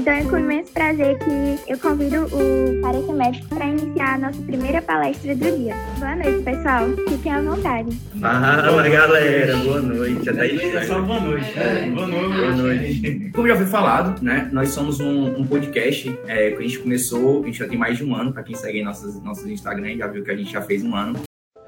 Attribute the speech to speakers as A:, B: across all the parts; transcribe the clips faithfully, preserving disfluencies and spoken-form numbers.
A: Então é com imenso prazer que eu convido o Parece Médico para iniciar a nossa primeira palestra do dia. Boa noite, pessoal. Fiquem à vontade.
B: Fala, galera. Boa noite. Já tá aí,
C: pessoal. Boa noite.
B: É.
C: Boa noite.
B: Boa noite.
C: Como já foi falado, né? Nós somos um, um podcast é, que a gente começou, a gente já tem mais de um ano. Para quem segue nossos, nossos Instagram, já viu que a gente já fez um ano.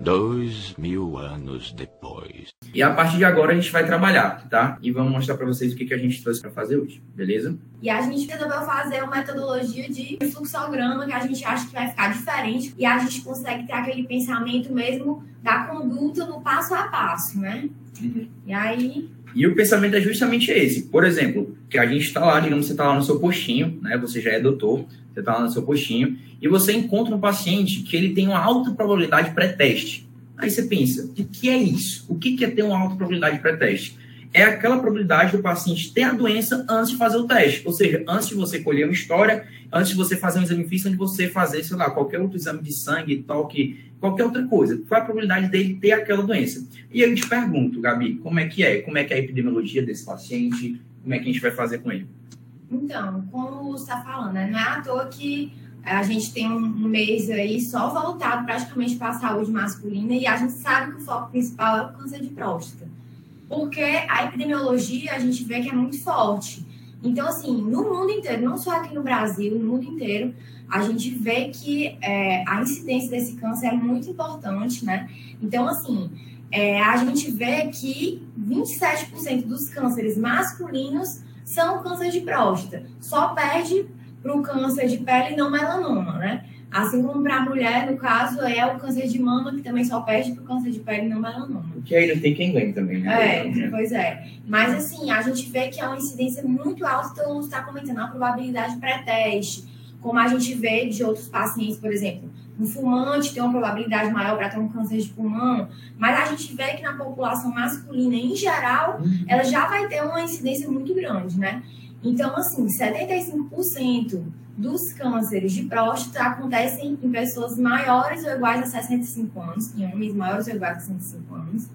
D: Dois mil anos depois.
C: E a partir de agora a gente vai trabalhar, tá? E vamos mostrar para vocês o que, que a gente trouxe para fazer hoje, beleza?
E: E a gente resolveu fazer uma metodologia de fluxograma que a gente acha que vai ficar diferente e a gente consegue ter aquele pensamento mesmo da conduta no passo a passo, né?
C: Uhum.
E: E aí...
C: E o pensamento é justamente esse. Por exemplo, que a gente está lá, digamos, você está lá no seu postinho, né? Você já é doutor, você está lá no seu postinho, e você encontra um paciente que ele tem uma alta probabilidade pré-teste. Aí você pensa, o que é isso? O que é ter uma alta probabilidade pré-teste? É aquela probabilidade do paciente ter a doença antes de fazer o teste. Ou seja, antes de você colher uma história, antes de você fazer um exame físico, antes de você fazer, sei lá, qualquer outro exame de sangue, toque, qualquer outra coisa. Qual é a probabilidade dele ter aquela doença? E eu te pergunto, Gabi, como é que é? Como é que é a epidemiologia desse paciente? Como é que a gente vai fazer com ele?
E: Então, como você está falando, né? Não é à toa que a gente tem um mês aí só voltado praticamente para a saúde masculina e a gente sabe que o foco principal é o câncer de próstata. Porque a epidemiologia a gente vê que é muito forte. Então, assim, no mundo inteiro, não só aqui no Brasil, no mundo inteiro, a gente vê que é, a incidência desse câncer é muito importante, né? Então, assim, é, a gente vê que vinte e sete por cento dos cânceres masculinos são câncer de próstata. Só perde para o câncer de pele não melanoma, né? Assim como para a mulher, no caso, é o câncer de mama, que também só perde para o câncer de pele não melanoma.
C: Porque aí não tem quem ganhe também, né?
E: É, pois é. Mas, assim, a gente vê que é uma incidência muito alta, então você está comentando a probabilidade pré-teste, como a gente vê de outros pacientes, por exemplo, um fumante tem uma probabilidade maior para ter um câncer de pulmão, mas a gente vê que na população masculina, em geral, uhum. ela já vai ter uma incidência muito grande, né? Então, assim, setenta e cinco por cento dos cânceres de próstata acontecem em pessoas maiores ou iguais a sessenta e cinco anos, em homens maiores ou iguais a sessenta e cinco anos.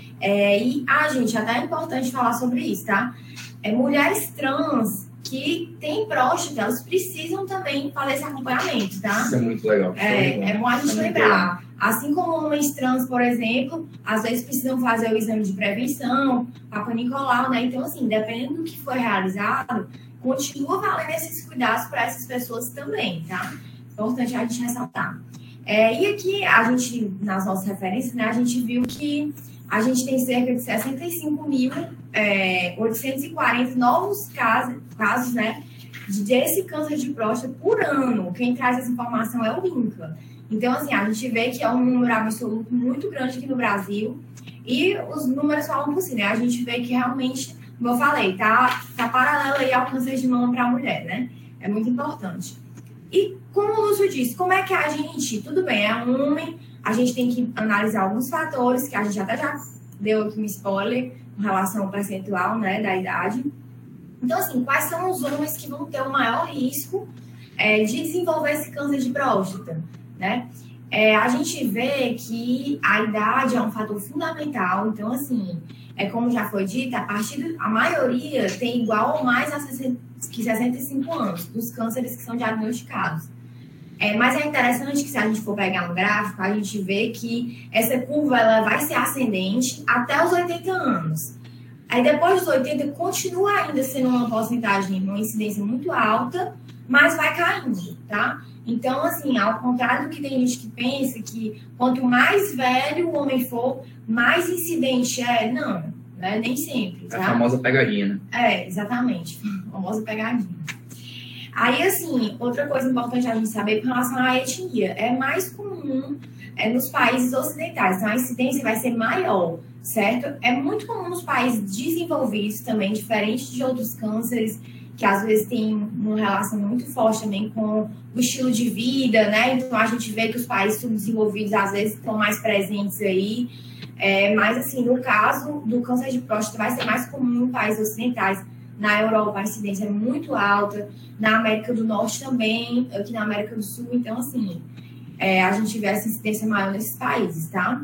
E: É, e, ah, gente, até é importante falar sobre isso, tá? É, mulheres trans que têm próstata, elas precisam também fazer esse acompanhamento, tá?
C: Isso é muito legal.
E: É, é bom a gente é lembrar. Assim como homens trans, por exemplo, às vezes precisam fazer o exame de prevenção, Papa Nicolau, né? Então, assim, dependendo do que for realizado, continua valendo esses cuidados para essas pessoas também, tá? Importante a gente ressaltar. É, e aqui, a gente, nas nossas referências, né, a gente viu que a gente tem cerca de sessenta e cinco mil, oitocentos e quarenta novos casos, casos, né, desse câncer de próstata por ano. Quem traz essa informação é o INCA. Então, assim, a gente vê que é um número absoluto muito grande aqui no Brasil e os números falam por si, né? A gente vê que realmente, como eu falei, tá, tá paralelo aí ao câncer de mama para a mulher, né? É muito importante. E como o Lúcio disse, como é que a gente, tudo bem, é um homem, a gente tem que analisar alguns fatores, que a gente até já deu aqui um spoiler com relação ao percentual, né, da idade. Então, assim, quais são os homens que vão ter o maior risco é, de desenvolver esse câncer de próstata? Né? É, a gente vê que a idade é um fator fundamental, então, assim, é como já foi dito, a partir de, a maioria tem igual ou mais a sessenta, que sessenta e cinco anos dos cânceres que são diagnosticados. É, mas é interessante que, se a gente for pegar no gráfico, a gente vê que essa curva ela vai ser ascendente até os oitenta anos. Aí, depois dos oitenta, continua ainda sendo uma porcentagem, uma incidência muito alta, mas vai caindo, tá? Então, assim, ao contrário do que tem gente que pensa que quanto mais velho o homem for, mais incidente é. Não, né? Nem sempre. Tá?
C: A famosa pegadinha, né?
E: É, exatamente. A famosa pegadinha. Aí, assim, outra coisa importante a gente saber com relação à etnia. É mais comum é, nos países ocidentais. Então, a incidência vai ser maior, certo? É muito comum nos países desenvolvidos também, diferente de outros cânceres, que às vezes tem uma relação muito forte também com o estilo de vida, né? Então, a gente vê que os países subdesenvolvidos, às vezes, estão mais presentes aí. É, mas, assim, no caso do câncer de próstata, vai ser mais comum em países ocidentais. Na Europa, a incidência é muito alta. Na América do Norte também, aqui na América do Sul. Então, assim, é, a gente vê essa incidência maior nesses países, tá?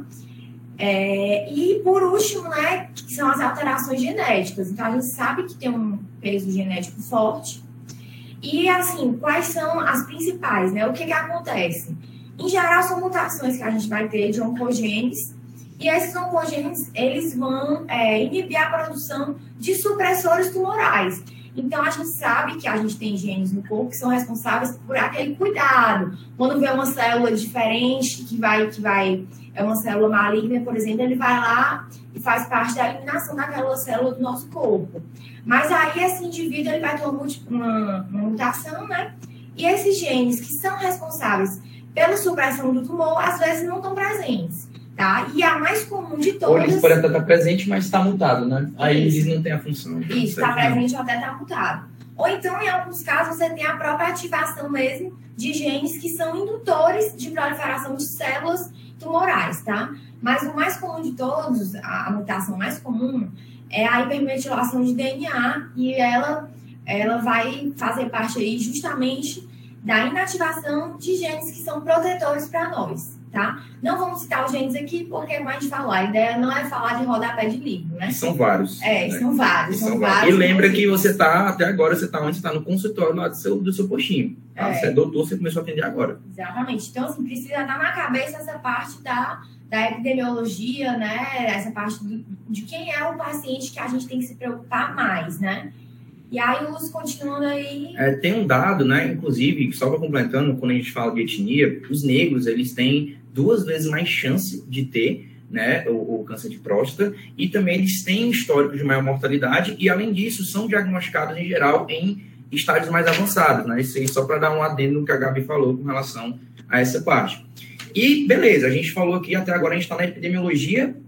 E: É, e, por último, né, que são as alterações genéticas. Então, a gente sabe que tem um peso genético forte. E, assim, quais são as principais, né? O que que acontece? Em geral, são mutações que a gente vai ter de oncogenes, e esses oncogenes, eles vão é, inibir a produção de supressores tumorais. Então, a gente sabe que a gente tem genes no corpo que são responsáveis por aquele cuidado. Quando vê uma célula diferente, que vai, que vai, é uma célula maligna, por exemplo, ele vai lá e faz parte da eliminação daquela célula do nosso corpo. Mas aí, esse indivíduo, ele vai ter uma, uma, uma mutação, né? E esses genes que são responsáveis pela supressão do tumor, às vezes não estão presentes, tá? E a mais comum de todas...
C: Ou eles podem até estar presente, mas está mutado, né? Aí
E: Isso.
C: eles não têm a função.
E: Isso, está presente ou até está mutado. Ou então, em alguns casos, você tem a própria ativação mesmo de genes que são indutores de proliferação de células tumorais, tá? Mas o mais comum de todos, a, a mutação mais comum, é a hipermetilação de D N A, e ela, ela vai fazer parte aí justamente da inativação de genes que são protetores para nós, tá? Não vamos citar os genes aqui porque, como a gente falou, a ideia não é falar de rodapé de livro, né?
C: São vários.
E: É,
C: né?
E: são vários,
C: São
E: são
C: vários.
E: vários.
C: E lembra que
E: inclusive.
C: você está, até agora, você está onde? Você está no consultório lá do seu, do seu postinho. Tá?
E: É.
C: Você é doutor, você começou a atender agora.
E: Exatamente. Então, assim, precisa estar na cabeça essa parte da, da epidemiologia, né? Essa parte do, de quem é o paciente que a gente tem que se preocupar mais, né? E aí, os continuando aí...
C: É, tem um dado, né? Inclusive, só para completando, quando a gente fala de etnia, os negros, eles têm duas vezes mais chance de ter, né, o, o câncer de próstata, e também eles têm um histórico de maior mortalidade, e além disso, são diagnosticados, em geral, em estágios mais avançados, né? Isso aí só para dar um adendo no que a Gabi falou com relação a essa parte. E, beleza, a gente falou aqui, até agora a gente está na epidemiologia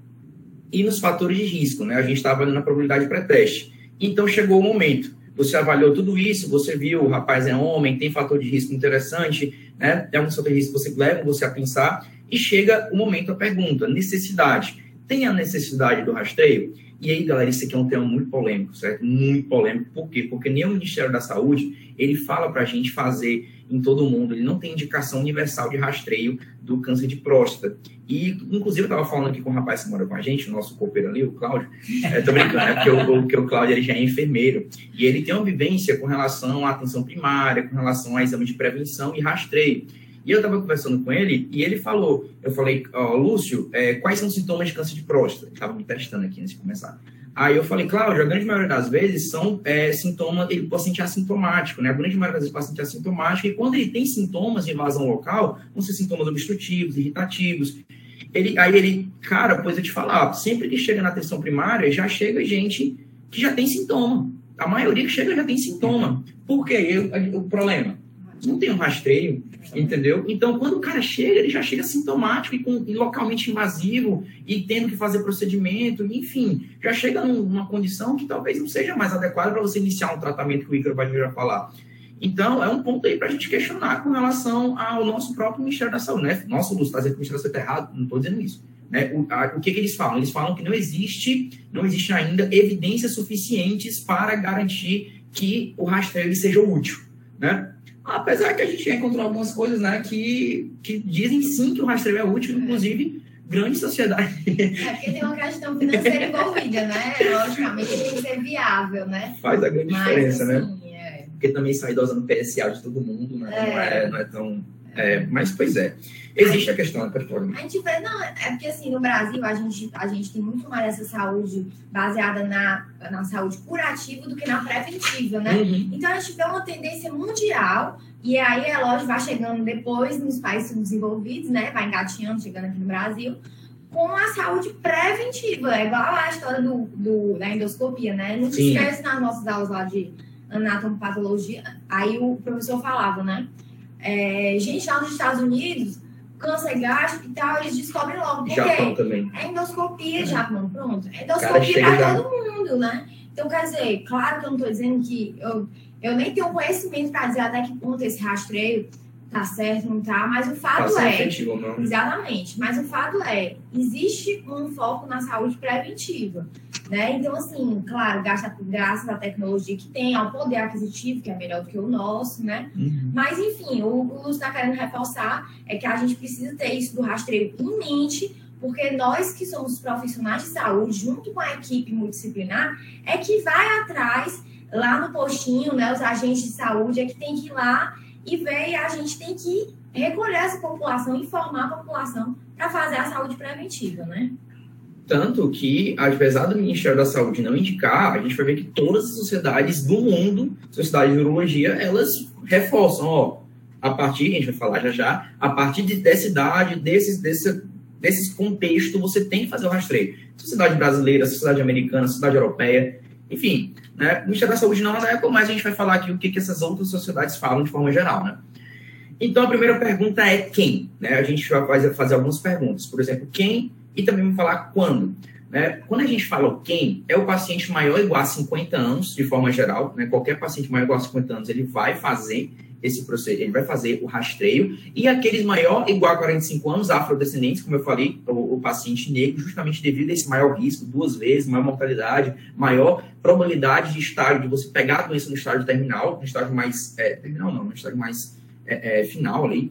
C: e nos fatores de risco, né? A gente estava na probabilidade pré-teste. Então, chegou o momento. Você avaliou tudo isso, você viu, o rapaz é homem, tem fator de risco interessante, né? É um fator de risco que você leva você a pensar, e chega o momento da pergunta, necessidade. Tem a necessidade do rastreio? E aí, galera, isso aqui é um tema muito polêmico, certo? Muito polêmico. Por quê? Porque nem o Ministério da Saúde, ele fala para a gente fazer em todo mundo, ele não tem indicação universal de rastreio do câncer de próstata. E, inclusive, eu estava falando aqui com o rapaz que mora com a gente, o nosso copeiro ali, o Cláudio. É, tô brincando, né? Porque o, porque o Cláudio ele já é enfermeiro. E ele tem uma vivência com relação à atenção primária, com relação a exame de prevenção e rastreio. E eu estava conversando com ele e ele falou, eu falei, ó, Lúcio, é, quais são os sintomas de câncer de próstata? Ele estava me testando aqui antes de começar. Aí eu falei, Cláudio, a grande maioria das vezes são é, sintomas, ele, o paciente é assintomático, né? A grande maioria das vezes o paciente é assintomático, e quando ele tem sintomas de invasão local, vão ser sintomas obstrutivos, irritativos. Ele, aí ele, cara, pois eu te falar, sempre que chega na atenção primária, já chega gente que já tem sintoma. A maioria que chega já tem sintoma. Por quê? Eu, o problema? Não tem um rastreio, entendeu? Então, quando o cara chega, ele já chega sintomático e, com, e localmente invasivo, e tendo que fazer procedimento, enfim, já chega numa condição que talvez não seja mais adequada para você iniciar um tratamento que o Ícaro vai vir a falar. Então, é um ponto aí para a gente questionar com relação ao nosso próprio Ministério da Saúde, né? Nossa, Lúcio, está dizendo que o Ministério da Saúde está errado? Não estou dizendo isso. Né? O, a, o que, que eles falam? Eles falam que não existe, não existe ainda evidências suficientes para garantir que o rastreio seja útil, né? Apesar que a gente já encontrou algumas coisas, né, que, que dizem sim que o rastreio é útil, inclusive grande sociedade.
E: É porque tem uma questão financeira envolvida, né? Logicamente tem que ser viável, né?
C: Faz a grande
E: Mas,
C: diferença,
E: assim,
C: né?
E: É.
C: Porque também sair dosando P S A de todo mundo, né?
E: É.
C: Não, é, não é tão... É, mas, pois é. Existe a questão, né, pastor?
E: A gente vê, não, é porque assim, no Brasil a gente, a gente tem muito mais essa saúde baseada na, na saúde curativa do que na preventiva, né?
C: Uhum.
E: Então a gente vê uma tendência mundial, e aí é lógico, vai chegando depois nos países desenvolvidos, né? Vai engatinhando, chegando aqui no Brasil, com a saúde preventiva. É igual a história do, do, da endoscopia, né? Não se
C: Sim.
E: esquece nas nossas aulas lá de anatomopatologia, aí o professor falava, né? É, gente, lá nos Estados Unidos, câncer gástrico e tal, eles descobrem logo. Por
C: Japão
E: quê?
C: também.
E: É endoscopia,
C: É.
E: Japão, pronto. É
C: Cara,
E: endoscopia
C: chega
E: para
C: já.
E: todo mundo, né? Então, quer dizer, claro que eu não estou dizendo que... Eu, eu nem tenho conhecimento para dizer até que ponto esse rastreio tá certo, não tá, mas o fato
C: Passa
E: é...
C: efetivo ou não.
E: Exatamente, mas o fato é, existe um foco na saúde preventiva, né? Então, assim, claro, graças, graças à tecnologia que tem, ao poder aquisitivo, que é melhor do que o nosso, né?
C: Uhum.
E: Mas, enfim, o, o Lúcio está querendo reforçar é que a gente precisa ter isso do rastreio em mente, porque nós que somos profissionais de saúde, junto com a equipe multidisciplinar, é que vai atrás lá no postinho, né, os agentes de saúde é que tem que ir lá e ver, e a gente tem que recolher essa população, informar a população para fazer a saúde preventiva, né?
C: Tanto que, apesar do Ministério da Saúde não indicar, a gente vai ver que todas as sociedades do mundo, sociedades de urologia, elas reforçam, ó, a partir, a gente vai falar já já, a partir de, dessa idade, desses, desse, desses contextos, você tem que fazer o rastreio. Sociedade brasileira, sociedade americana, sociedade europeia, enfim, né? O Ministério da Saúde não adequa, mas a gente vai falar aqui o que, que essas outras sociedades falam de forma geral, né? Então, a primeira pergunta é quem? Né? A gente vai fazer, fazer algumas perguntas. Por exemplo, quem? E também vamos falar quando. Né? Quando a gente fala o quem, é o paciente maior ou igual a cinquenta anos, de forma geral. Né? Qualquer paciente maior ou igual a cinquenta anos, ele vai fazer esse processo, ele vai fazer o rastreio. E aqueles maior ou igual a quarenta e cinco anos, afrodescendentes, como eu falei, o, o paciente negro, justamente devido a esse maior risco, duas vezes, maior mortalidade, maior probabilidade de estágio, de você pegar a doença no estágio terminal, no estágio mais... É, terminal não, no estágio mais... É, é, final ali,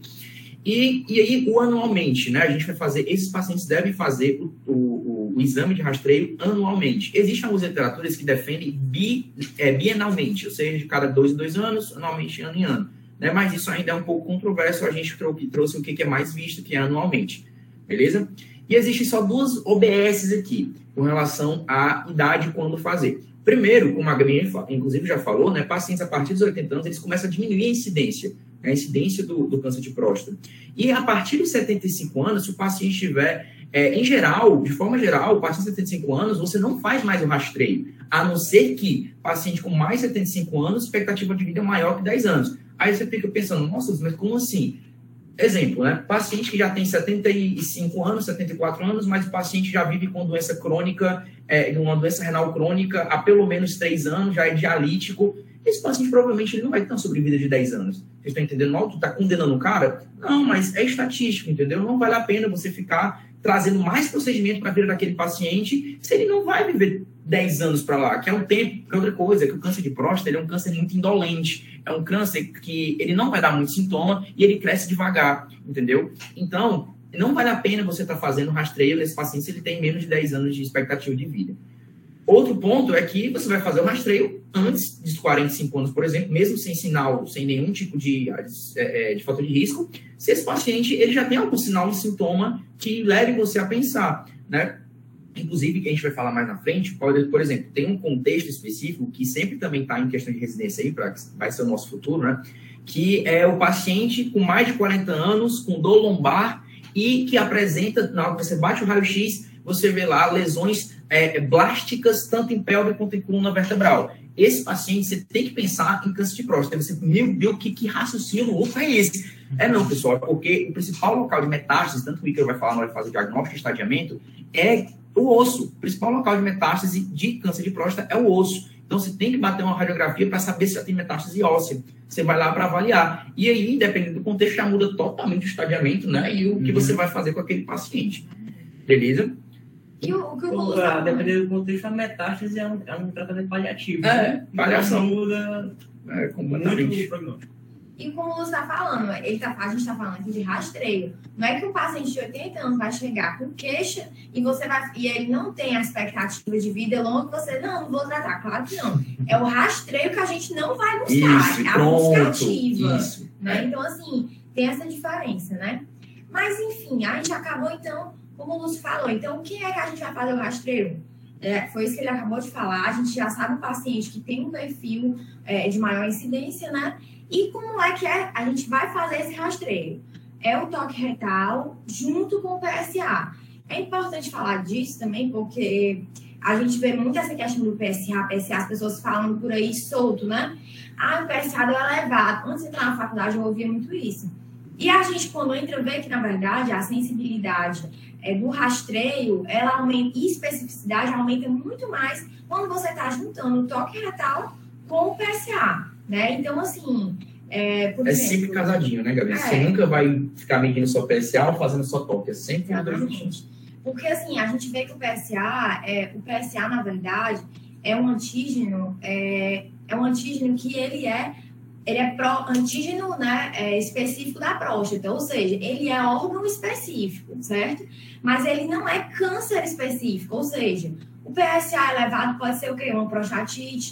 C: e, e aí o anualmente, né, a gente vai fazer, esses pacientes devem fazer o, o, o exame de rastreio anualmente. Existem algumas literaturas que defendem bi, é, bienalmente, ou seja, de cada dois em dois anos, anualmente, ano em ano, né, mas isso ainda é um pouco controverso, a gente trouxe, trouxe o que é mais visto, que é anualmente, beleza? E existem só duas O B S aqui, com relação à idade quando fazer. Primeiro, como a Gabi, inclusive, já falou, né, pacientes a partir dos oitenta anos, eles começam a diminuir a incidência, a incidência do, do câncer de próstata. E a partir dos setenta e cinco anos, se o paciente tiver, é, em geral, de forma geral, a partir dos setenta e cinco anos, você não faz mais o rastreio, a não ser que paciente com mais de setenta e cinco anos, expectativa de vida é maior que dez anos. Aí você fica pensando, nossa, mas como assim? Exemplo, né? Paciente que já tem setenta e cinco anos, setenta e quatro anos, mas o paciente já vive com doença crônica, é, uma doença renal crônica há pelo menos três anos, já é dialítico. Esse paciente provavelmente ele não vai ter uma sobrevida de dez anos. Vocês estão entendendo? Não, tu está condenando o cara? Não, mas é estatístico, entendeu? Não vale a pena você ficar trazendo mais procedimento para a vida daquele paciente se ele não vai viver dez anos para lá, que é um tempo, que é outra coisa, que o câncer de próstata ele é um câncer muito indolente, é um câncer que ele não vai dar muito sintoma e ele cresce devagar, entendeu? Então, não vale a pena você estar tá fazendo rastreio nesse paciente se ele tem menos de dez anos de expectativa de vida. Outro ponto é que você vai fazer o rastreio antes dos quarenta e cinco anos, por exemplo, mesmo sem sinal, sem nenhum tipo de, de, de fator de risco, se esse paciente ele já tem algum sinal de sintoma que leve você a pensar, né? Inclusive, que a gente vai falar mais na frente, pode, por exemplo, tem um contexto específico que sempre também está em questão de residência aí, pra, vai ser o nosso futuro, né? Que é o paciente com mais de quarenta anos, com dor lombar e que apresenta, na hora que você bate o raio-x, você vê lá lesões é, blásticas, tanto em pelve quanto em coluna vertebral. Esse paciente, você tem que pensar em câncer de próstata. Você, meu Deus, que, que raciocínio louco é esse? É não, pessoal, é porque o principal local de metástase, tanto que o Ícaro vai falar na hora de fazer diagnóstico e estadiamento, é o osso. O principal local de metástase de câncer de próstata é o osso. Então, você tem que bater uma radiografia para saber se já tem metástase óssea. Você vai lá para avaliar. E aí, dependendo do contexto, já muda totalmente o estadiamento, né? E o que uhum. você vai fazer com aquele paciente. Beleza?
E: E o, o que eu
F: vou ah, dependendo do contexto, a metástase é um, é um tratamento paliativo.
C: É,
F: né?
C: paliação.
F: Muda
C: é, completamente.
F: Muito prognóstico.
E: E como o Lúcio está falando, ele tá, a gente está falando aqui de rastreio. Não é que o paciente de oitenta anos vai chegar com queixa e, você vai, e ele não tem a expectativa de vida longa, você, não, não vou tratar. Claro que não. É o rastreio que a gente não vai buscar.
C: Isso,
E: é a
C: pronto,
E: busca ativa.
C: Isso.
E: Né? Então, assim, tem essa diferença, né? Mas, enfim, a gente acabou, então, como o Lúcio falou. Então, o que é que a gente vai fazer o rastreio? É, foi isso que ele acabou de falar. A gente já sabe o paciente que tem um perfil é, de maior incidência, né? E como é que é? A gente vai fazer esse rastreio? É o toque retal junto com o P S A. É importante falar disso também, porque a gente vê muito essa questão do P S A, P S A, as pessoas falando por aí solto, né? Ah, o P S A deu elevado. Antes de entrar na faculdade, eu ouvia muito isso. E a gente, quando entra, vê que, na verdade, a sensibilidade é, do rastreio, ela aumenta, e especificidade aumenta muito mais quando você está juntando o toque retal com o P S A. Né? Então, assim, é, por
C: é
E: exemplo...
C: sempre casadinho, né, Gabi?
E: É.
C: Você nunca vai ficar medindo só P S A ou fazendo só toque. É sempre um dois juntos.
E: Porque, assim, a gente vê que o P S A, é, o P S A, na verdade, é um antígeno, é, é um antígeno que ele é, ele é pró, antígeno, né, é, específico da próstata, ou seja, ele é órgão específico, certo? Mas ele não é câncer específico, ou seja, o P S A elevado pode ser o quê? Uma prostatite,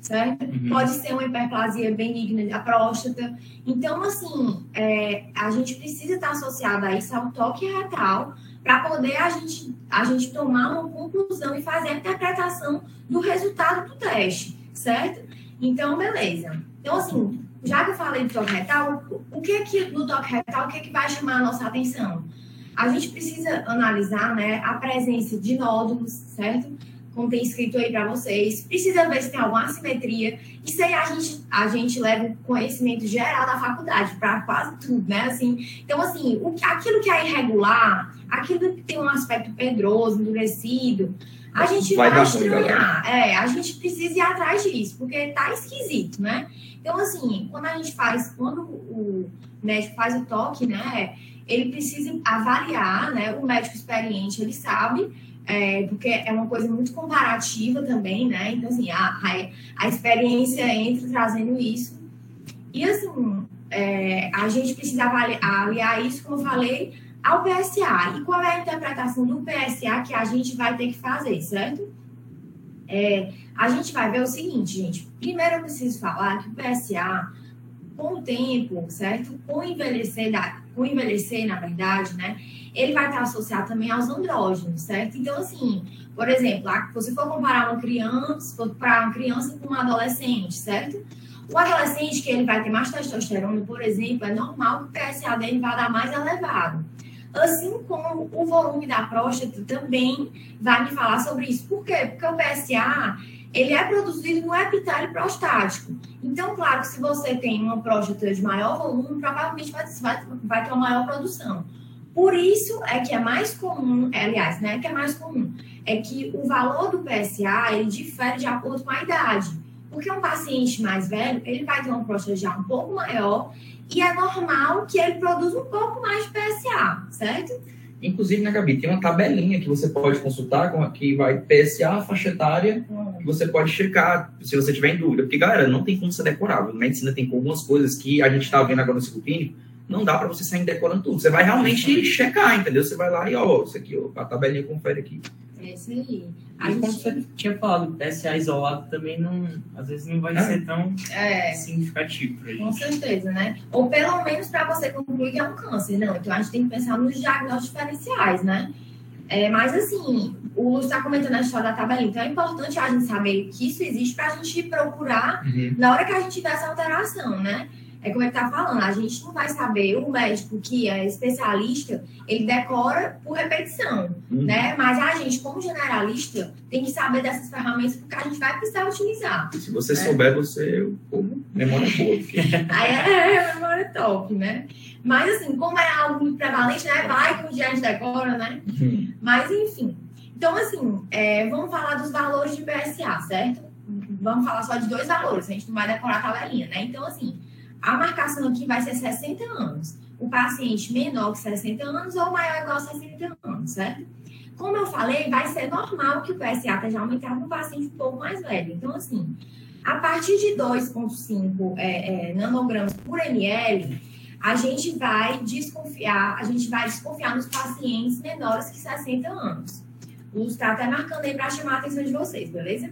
E: certo?
C: Uhum.
E: Pode ser uma hiperplasia benigna da próstata. Então, assim, é, a gente precisa estar associado a isso, ao toque retal, para poder a gente, a gente tomar uma conclusão e fazer a interpretação do resultado do teste, certo? Então, beleza. Então, assim, já que eu falei do toque retal, o que é que no toque retal, o que é que vai chamar a nossa atenção? A gente precisa analisar, né, a presença de nódulos, certo? Como tem escrito aí para vocês. Precisa ver se tem alguma assimetria. Isso aí a gente, a gente leva o conhecimento geral da faculdade para quase tudo, né? Assim, então, assim, o, aquilo que é irregular, aquilo que tem um aspecto pedroso, endurecido, a gente vai, vai estranhar. É, a gente precisa ir atrás disso, porque tá esquisito, né? Então, assim, quando a gente faz, quando o médico faz o toque, né, ele precisa avaliar, né? O médico experiente, ele sabe, é, porque é uma coisa muito comparativa também, né? Então, assim, a, a, a experiência entra trazendo isso. E, assim, é, a gente precisa avaliar, avaliar isso, como eu falei, ao P S A. E qual é a interpretação do P S A que a gente vai ter que fazer, certo? É, a gente vai ver o seguinte, gente. Primeiro eu preciso falar que o P S A, com o tempo, certo? Com o envelhecer, da, com o envelhecer, na verdade, né? Ele vai estar associado também aos andrógenos, certo? Então, assim, por exemplo, se você for comparar uma criança, se for comparar uma criança com um adolescente, certo? O adolescente que ele vai ter mais testosterona, por exemplo, é normal que o P S A dele vá dar mais elevado. Assim como o volume da próstata também vai me falar sobre isso. Por quê? Porque o P S A, ele é produzido no epitélio prostático. Então, claro que se você tem uma próstata de maior volume, provavelmente vai, vai, vai ter uma maior produção. Por isso é que é mais comum, é, aliás, né, que é mais comum, é que o valor do P S A, ele difere de acordo com a idade. Porque um paciente mais velho, ele vai ter uma próstata já um pouco maior e é normal que ele produza um pouco mais de P S A, certo?
C: Inclusive, né, Gabi, tem uma tabelinha que você pode consultar, com, que vai P S A, faixa etária, hum. que você pode checar se você tiver em dúvida. Porque, galera, não tem como ser decorável. Medicina tem algumas coisas que a gente está vendo agora no ciclo clínico, não dá para você sair decorando tudo. Você vai realmente checar, entendeu? Você vai lá e, ó, isso aqui, ó, a tabelinha confere aqui.
E: É isso aí.
F: A e como você tinha falado, o P S A isolado também não, às vezes não vai
C: é.
F: ser tão
E: é.
F: significativo pra gente.
E: Com certeza, né? Ou pelo menos para você concluir que é um câncer, não. Então a gente tem que pensar nos diagnósticos diferenciais, né? É, mas assim, o Lúcio está comentando a história da tabelinha, então é importante a gente saber que isso existe para a gente procurar
C: uhum.
E: na hora que a gente tiver essa alteração, né? É como ele tá falando, a gente não vai saber, o médico que é especialista, ele decora por repetição,
C: uhum.
E: né? Mas a gente, como generalista, tem que saber dessas ferramentas porque a gente vai precisar utilizar.
C: Se você
E: né?
C: souber, você, pô, memória boa. Porque...
E: Aí é, é memória top, né? Mas assim, como é algo muito prevalente, né? Vai que um dia a gente decora, né?
C: Uhum.
E: Mas enfim. Então, assim, é, vamos falar dos valores de P S A, certo? Vamos falar só de dois valores, a gente não vai decorar a tabelinha, né? Então, assim, a marcação aqui vai ser sessenta anos. O paciente menor que sessenta anos ou maior ou igual a sessenta anos, certo? Como eu falei, vai ser normal que o P S A esteja aumentado no paciente um pouco mais velho. Então, assim, a partir de dois vírgula cinco é, é, nanogramas por ml, a gente vai desconfiar, a gente vai desconfiar nos pacientes menores que sessenta anos. O Lúcio está até marcando aí para chamar a atenção de vocês, beleza?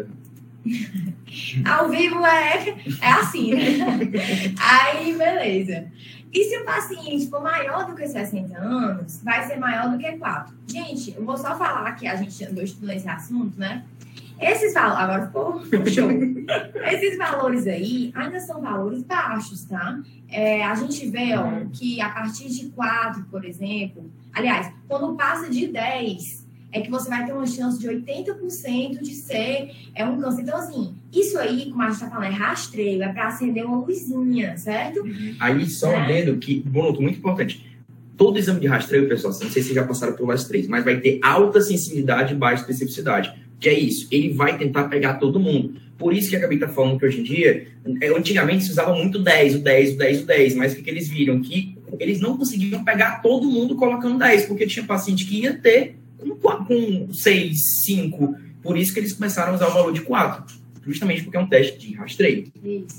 E: Ao vivo é, é assim, né? Aí, beleza. E se o paciente for maior do que sessenta anos, vai ser maior do que quatro. Gente, eu vou só falar que a gente andou estudando esse assunto, né? Esses valores, agora ficou show. Esses valores aí ainda são valores baixos, tá? É, a gente vê, ó, que a partir de quatro, por exemplo, aliás, quando passa de dez, é que você vai ter uma chance de oitenta por cento de ser é um câncer. Então, assim, isso aí, como a gente tá falando, é rastreio, é para acender uma luzinha, certo?
C: Aí, só
E: é.
C: vendo que, bom, muito importante, todo exame de rastreio, pessoal, não sei se vocês já passaram por as três, mas vai ter alta sensibilidade e baixa especificidade. Que é isso, ele vai tentar pegar todo mundo. Por isso que a Gabi tá falando que hoje em dia, antigamente se usava muito dez, o dez, o dez, o dez, mas o que, que eles viram? Que eles não conseguiam pegar todo mundo colocando dez, porque tinha paciente que ia ter com seis, cinco, por isso que eles começaram a usar o valor de quatro, justamente porque é um teste de rastreio.
E: Isso.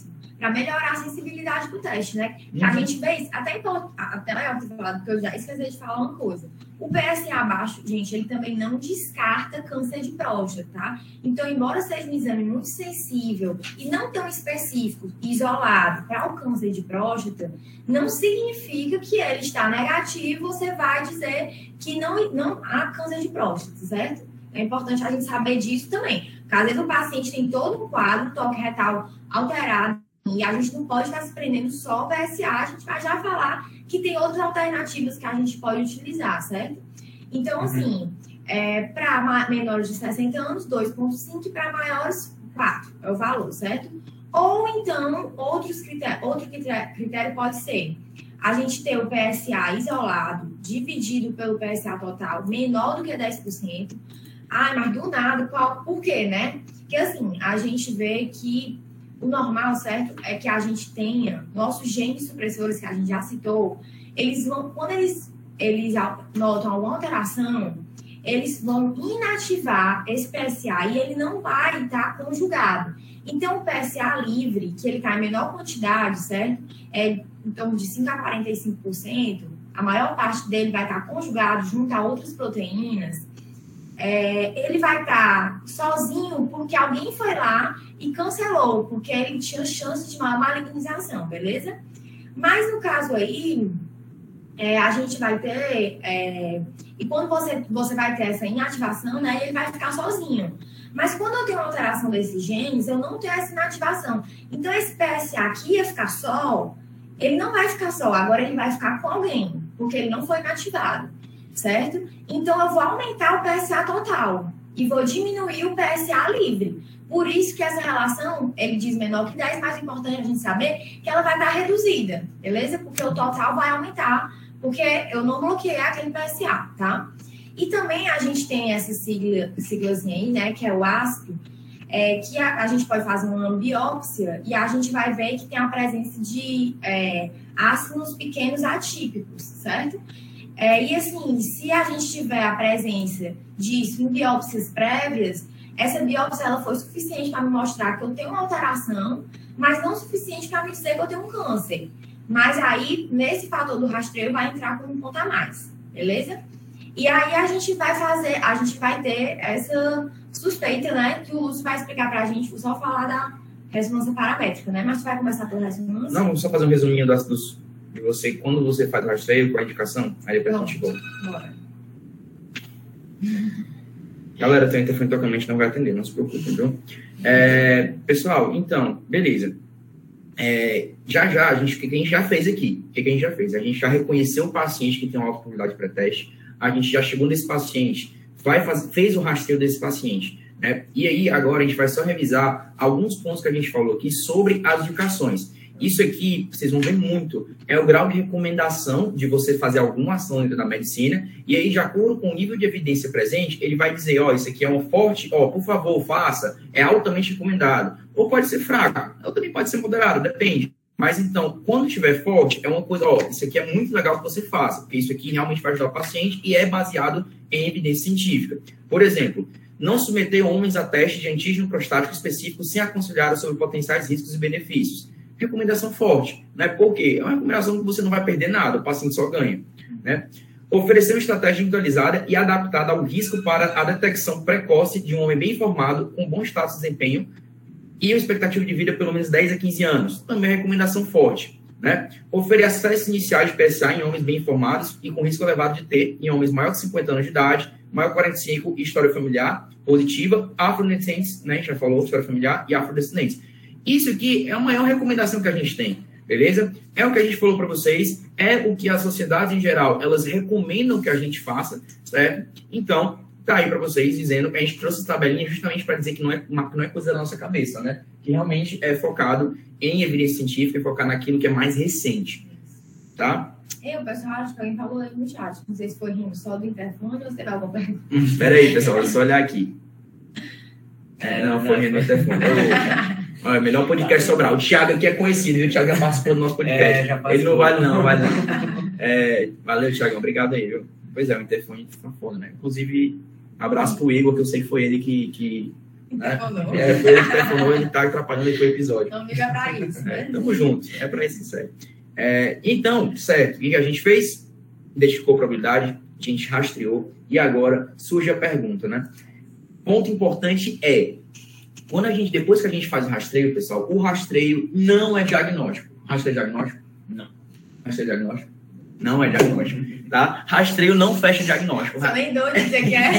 E: para melhorar a sensibilidade do teste, né? Uhum. A gente vê isso, até, até legal ter falado, porque eu já esqueci de falar uma coisa. O P S A baixo, gente, ele também não descarta câncer de próstata, tá? Então, embora seja um exame muito sensível e não tão específico, isolado para o câncer de próstata, não significa que ele está negativo, você vai dizer que não, não há câncer de próstata, certo? É importante a gente saber disso também. Porque às vezes o paciente tem todo um quadro, toque retal alterado, e a gente não pode estar se prendendo só ao P S A, a gente vai já falar que tem outras alternativas que a gente pode utilizar, certo? Então, assim, é, para menores de sessenta anos, dois vírgula cinco, e para maiores, quatro é o valor, certo? Ou então, outros critérios, outro critério pode ser a gente ter o P S A isolado, dividido pelo P S A total, menor do que dez por cento. Ah, mas do nada, qual, por quê, né? Porque, assim, a gente vê que o normal, certo, é que a gente tenha nossos genes supressores, que a gente já citou, eles vão, quando eles, eles notam alguma alteração, eles vão inativar esse P S A e ele não vai estar conjugado. Então, o P S A livre, que ele está em menor quantidade, certo, é em torno de cinco a quarenta e cinco por cento, a maior parte dele vai estar conjugado junto a outras proteínas. É, ele vai estar sozinho porque alguém foi lá e cancelou, porque ele tinha chance de uma malignização, beleza? Mas no caso aí, é, a gente vai ter, é, e quando você, você vai ter essa inativação, né, ele vai ficar sozinho. Mas quando eu tenho uma alteração desses genes, eu não tenho essa inativação. Então esse P S A aqui ia ficar só, ele não vai ficar só, agora ele vai ficar com alguém, porque ele não foi inativado. Certo? Então, eu vou aumentar o P S A total e vou diminuir o P S A livre. Por isso que essa relação, ele diz menor que dez, mas é importante a gente saber que ela vai estar reduzida, beleza? Porque o total vai aumentar, porque eu não bloqueei aquele P S A, tá? E também a gente tem essa sigla, siglazinha aí, né, que é o A S P, é, que a, a gente pode fazer uma biópsia e a gente vai ver que tem a presença de é, ácidos pequenos atípicos, certo? É, e assim, se a gente tiver a presença disso em biópsias prévias, essa biópsia ela foi suficiente para me mostrar que eu tenho uma alteração, mas não suficiente para me dizer que eu tenho um câncer. Mas aí, nesse fator do rastreio, vai entrar com um ponto a mais, beleza? E aí a gente vai fazer, a gente vai ter essa suspeita, né, que o Lúcio vai explicar para a gente, vou só falar da ressonância paramétrica, né? Mas você vai começar pela ressonância?
C: Não, vamos só fazer um resuminho das, dos... de você, quando você faz o rastreio com a indicação, aí depois a gente volta.
E: Bora.
C: Galera, tem um interfone totalmente, não vai atender, não se preocupe, viu? É, pessoal, então, beleza. É, já já, a gente, o que a gente já fez aqui? O que a gente já fez? A gente já reconheceu o paciente que tem uma alta probabilidade pré-teste, a gente já chegou nesse paciente, vai faz, fez o rastreio desse paciente, né? E aí, agora, a gente vai só revisar alguns pontos que a gente falou aqui sobre as indicações. Isso aqui, vocês vão ver muito, é o grau de recomendação de você fazer alguma ação dentro da medicina, e aí, de acordo com o nível de evidência presente, ele vai dizer, ó, isso aqui é um forte, ó, por favor, faça, é altamente recomendado. Ou pode ser fraco, ou também pode ser moderado, depende. Mas, então, quando estiver forte, é uma coisa, ó, isso aqui é muito legal que você faça, porque isso aqui realmente vai ajudar o paciente e é baseado em evidência científica. Por exemplo, não submeter homens a teste de antígeno prostático específico sem aconselhar sobre potenciais riscos e benefícios. Recomendação forte, né? Porque é uma recomendação que você não vai perder nada, o paciente só ganha, né? Oferecer uma estratégia individualizada e adaptada ao risco para a detecção precoce de um homem bem informado, com bom status de desempenho e uma expectativa de vida pelo menos dez a quinze anos. Também é recomendação forte, né? Oferecer acessos iniciais de P S A em homens bem informados e com risco elevado de ter em homens maiores de cinquenta anos de idade, maior de quarenta e cinco e história familiar positiva, afrodescendentes, né? A gente já falou, história familiar e afrodescendentes. Isso aqui é a maior recomendação que a gente tem, beleza? É o que a gente falou para vocês, é o que as sociedades em geral, elas recomendam que a gente faça, certo? Então, tá aí para vocês dizendo que a gente trouxe essa tabelinha justamente para dizer que não é, uma, não é coisa da nossa cabeça, né? Que realmente é focado em evidência científica e focar naquilo que é mais recente, tá?
E: Eu, pessoal, acho que alguém falou aí no chat. Não sei se foi rindo só do interfone ou se teve alguma pergunta.
C: Espera aí, pessoal, deixa eu só olhar aqui. É, não, foi rindo no interfone. Olha, melhor podcast Sobral. O Thiago aqui é conhecido, viu? O Thiago já participou do nosso podcast. É, ele não vale não, vale não. É, valeu, Thiago. Obrigado aí, viu? Pois é, o interfone tá foda, né? Inclusive, abraço pro Igor, que eu sei que foi ele que, que Né?
E: Telefonou.
C: É, foi ele que telefonou, ele tá atrapalhando aqui o episódio.
E: Não liga pra isso,
C: É,
E: né?
C: tamo junto, é pra isso que serve. É, então, certo, o que a gente fez? Identificou a probabilidade, a gente rastreou, e agora surge a pergunta, né? Ponto importante é, quando a gente, depois que a gente faz o rastreio, pessoal, o rastreio não é diagnóstico. Rastreio é diagnóstico?
F: Não.
C: Rastreio é diagnóstico? Não é diagnóstico, tá? Rastreio não fecha diagnóstico.
E: Você nem doido dizer que é.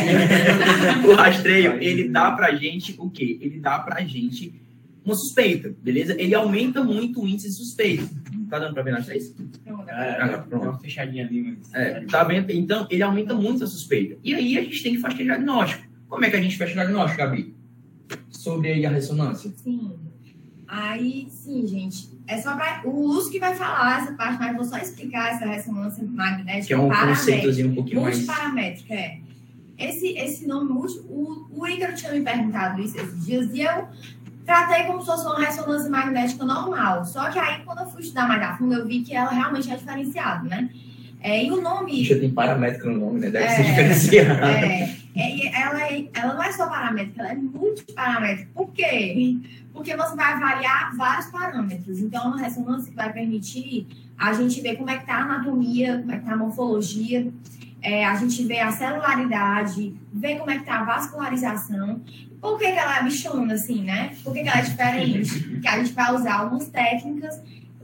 C: O rastreio, ele dá pra gente o quê? Ele dá pra gente uma suspeita, beleza? Ele aumenta muito o índice de suspeita. Tá dando pra ver nas três?
F: É, pronto. Uma fechadinha ali. Mas...
C: É, tá vendo? Então, ele aumenta muito a suspeita. E aí a gente tem que fazer diagnóstico. Como é que a gente fecha diagnóstico, Gabi? Sobre aí a ressonância.
E: Sim. Aí, sim, gente. É só pra... O Lúcio que vai falar essa parte, mas vou só explicar essa ressonância magnética.
C: Que é um
E: paramétrica.
C: conceitozinho um pouquinho mais...
E: Multiparamétrica, é. Esse, esse nome, multi... o, o Ícaro tinha me perguntado isso esses dias e eu tratei como se fosse uma ressonância magnética normal. Só que aí, quando eu fui estudar mais a fundo, eu vi que ela realmente é diferenciada, né? É, e o nome...
C: Já tem paramétrica no nome, né? Deve
E: É,
C: ser diferenciado.
E: É, é, ela, é, ela não é só paramétrica, ela é multiparamétrica. Por quê? Porque você vai avaliar vários parâmetros. Então, é uma ressonância que vai permitir a gente ver como é que está a anatomia, como é que está a morfologia, é, a gente vê a celularidade, ver como é que está a vascularização. Por que, que ela é bichona, assim, né? Por que, que ela é diferente? Porque a gente vai usar algumas técnicas.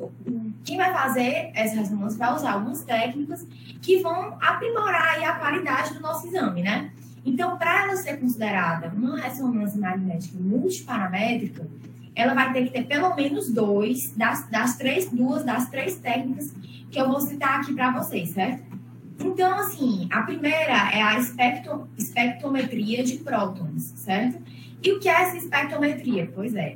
E: Quem vai fazer essa ressonância vai usar algumas técnicas que vão aprimorar aí a qualidade do nosso exame, né? Então, para ela ser considerada uma ressonância magnética multiparamétrica, ela vai ter que ter pelo menos dois das, das três, duas das três técnicas que eu vou citar aqui para vocês, certo? Então, assim, a primeira é a espectro, espectrometria de prótons, certo? E o que é essa espectrometria? Pois é.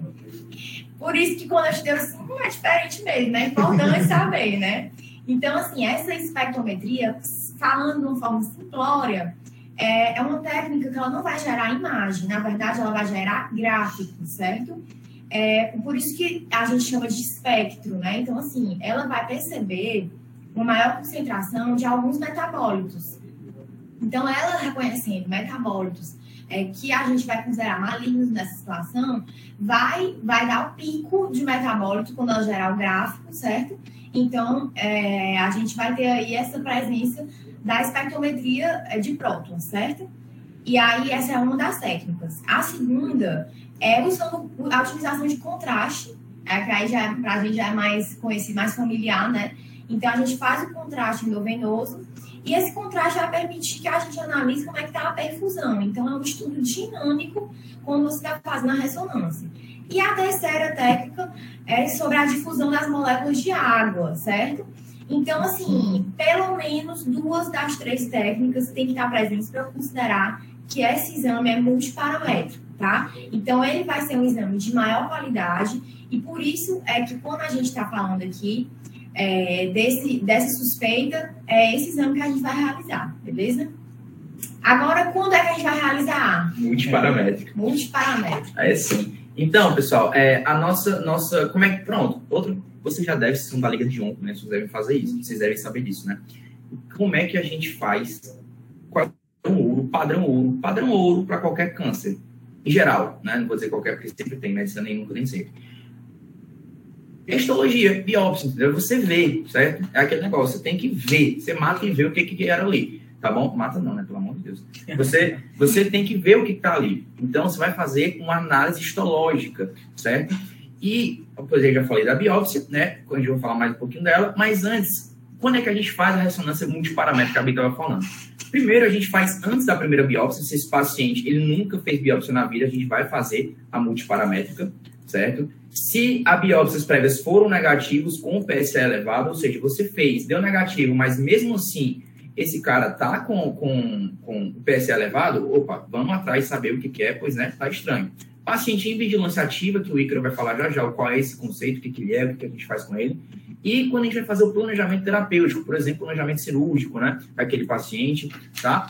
E: Por isso que quando eu estudei assim, não é diferente mesmo, né? É importante saber, né? Então, assim, essa espectrometria, falando de uma forma simplória, é, é uma técnica que ela não vai gerar imagem. Na verdade, ela vai gerar gráfico, certo? É, por isso que a gente chama de espectro, né? Então, assim, ela vai perceber uma maior concentração de alguns metabólitos. Então, ela reconhecendo metabólitos é, que a gente vai considerar malignos nessa situação, vai, vai dar o pico de metabólito quando ela gerar o gráfico, certo? Então, é, a gente vai ter aí essa presença da espectrometria de prótons, certo? E aí, essa é uma das técnicas. A segunda é usando a utilização de contraste, é, que aí já, pra gente já é mais conhecido, mais familiar, né? Então, a gente faz o contraste endovenoso e esse contraste vai permitir que a gente analise como é que está a perfusão. Então, é um estudo dinâmico quando você está fazendo a ressonância. E a terceira técnica é sobre a difusão das moléculas de água, certo? Então, assim, pelo menos duas das três técnicas têm que estar presentes para eu considerar que esse exame é multiparamétrico, tá? Então, ele vai ser um exame de maior qualidade e por isso é que quando a gente está falando aqui é, desse, dessa suspeita, é esse exame que a gente vai realizar, beleza? Agora, quando é que a gente vai realizar?
C: Multiparamétrico.
E: Multiparamétrico.
C: É sim. Então, pessoal, é, a nossa, nossa... Como é que... Pronto. Outro, você já deve, se são da Liga de Onco, né? Vocês devem fazer isso. Vocês devem saber disso, né? Como é que a gente faz... Qual é o ouro, padrão ouro? Padrão ouro para qualquer câncer. Em geral, né? Não vou dizer qualquer, porque sempre tem, medicina nem nunca, nem sempre. Histologia, biópsia, entendeu? Você vê, certo? É aquele negócio, você tem que ver. Você mata e vê o que, que era ali. Tá bom? Mata não, né? Pelo amor de Deus. Você, você tem que ver o que está ali. Então, você vai fazer uma análise histológica, certo? E, pois eu já falei da biópsia, né? Quando eu vou falar mais um pouquinho dela. Mas antes, quando é que a gente faz a ressonância multiparamétrica que a Bia estava falando? Primeiro, a gente faz antes da primeira biópsia. Se esse paciente ele nunca fez biópsia na vida, a gente vai fazer a multiparamétrica, certo? Se as biópsias prévias foram negativos com o P S A elevado, ou seja, você fez, deu negativo, mas mesmo assim esse cara tá com, com, com o P S A elevado, opa, vamos atrás saber o que, que é, pois, né, tá estranho. Paciente em vigilância ativa, que o Ícaro vai falar já já qual é esse conceito, o que, que ele é, o que, que a gente faz com ele. E quando a gente vai fazer o planejamento terapêutico, por exemplo, planejamento cirúrgico, né, daquele paciente, tá?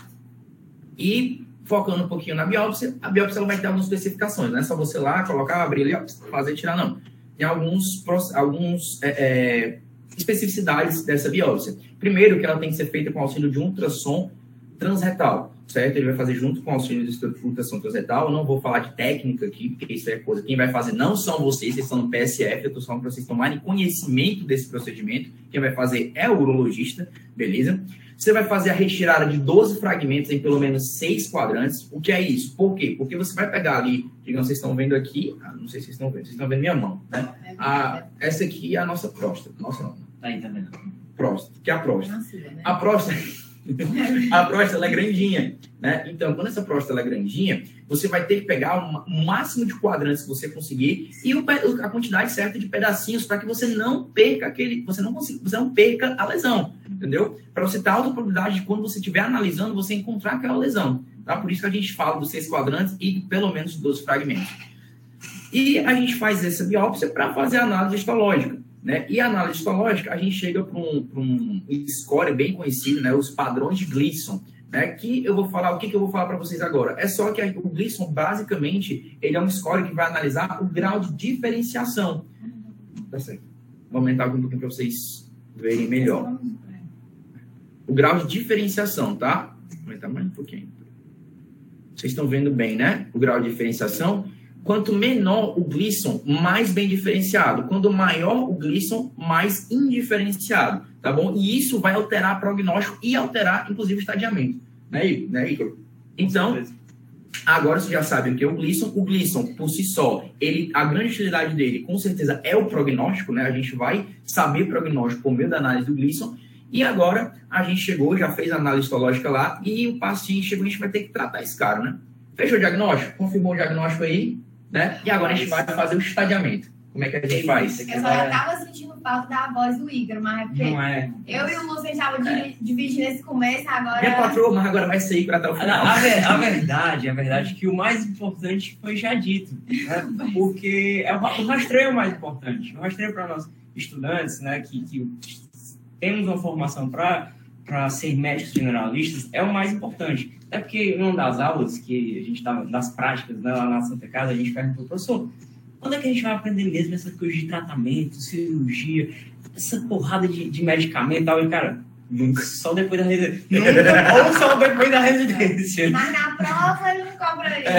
C: E focando um pouquinho na biópsia, a biópsia ela vai ter algumas especificações, não é só você lá, colocar, abrir ali, ó, fazer e tirar, não. Tem alguns, alguns é, é, especificidades dessa biópsia. Primeiro, que ela tem que ser feita com auxílio de um ultrassom transretal. certo? Ele vai fazer junto com o auxílio de estruturação transetal. Eu não vou falar de técnica aqui, porque isso é coisa. Quem vai fazer não são vocês, vocês estão no P S F, eu estou falando para vocês tomarem conhecimento desse procedimento. Quem vai fazer é o urologista, beleza? Você vai fazer a retirada de doze fragmentos em pelo menos seis quadrantes. O que é isso? Por quê? Porque você vai pegar ali, digamos, vocês estão vendo aqui, ah, não sei se vocês estão vendo, vocês estão vendo minha mão, né? A, essa aqui é a nossa próstata. Nossa, não.
F: Tá aí, tá vendo?
C: Próstata, que é a próstata. A próstata, a próstata ela é grandinha, né? Então, quando essa próstata ela é grandinha, você vai ter que pegar o máximo de quadrantes que você conseguir e o, a quantidade certa de pedacinhos para que você não perca aquele, você não consiga, você não perca a lesão, entendeu? Para você ter alta probabilidade de quando você estiver analisando, você encontrar aquela lesão, tá? Por isso que a gente fala dos seis quadrantes e pelo menos doze fragmentos. E a gente faz essa biópsia para fazer a análise histológica. Né? E a análise histológica, a gente chega para um, um score bem conhecido, né? Os padrões de Gleason, né? Que eu vou falar, o que, que eu vou falar para vocês agora? É só que a, o Gleason, basicamente, ele é um score que vai analisar o grau de diferenciação. Tá certo. Vou aumentar um pouquinho para vocês verem melhor. O grau de diferenciação, tá? Vou aumentar mais um pouquinho. Vocês estão vendo bem, né? O grau de diferenciação. Quanto menor o Gleason, mais bem diferenciado. Quanto maior o Gleason, mais indiferenciado, tá bom? E isso vai alterar prognóstico e alterar, inclusive, o estadiamento. Né, Igor? Né, Igor? Então, agora você já sabe o que é o Gleason. O Gleason, por si só, ele, a grande utilidade dele, com certeza, é o prognóstico, né? A gente vai saber o prognóstico por meio da análise do Gleason. E agora, a gente chegou, já fez a análise histológica lá, e o paciente chegou, a gente vai ter que tratar esse cara, né? Fechou o diagnóstico? Confirmou o diagnóstico aí? Né? E agora a gente vai fazer o estadiamento. Como é que a gente faz?
E: Eu só já tava sentindo falta da voz do Igor, mas é porque
F: Não é.
E: eu e o Lúcio estavam é. dividindo esse começo, agora...
C: Minha patroa, mas agora vai sair para até o final.
F: A, a, a verdade, a verdade é que o mais importante foi já dito, né? Porque é o, o rastreio é o mais importante. O rastreio para nós estudantes, né, que, que temos uma formação para para ser médicos generalistas, é o mais importante. Até porque em uma das aulas que a gente estava, das práticas, né, lá na Santa Casa, a gente perguntou, professor, quando é que a gente vai aprender mesmo essa coisa de tratamento, cirurgia, essa porrada de, de medicamento e tal? E, cara, nunca, só depois da residência. Nunca, ou só depois da residência.
E: Mas na prova ele não cobra isso.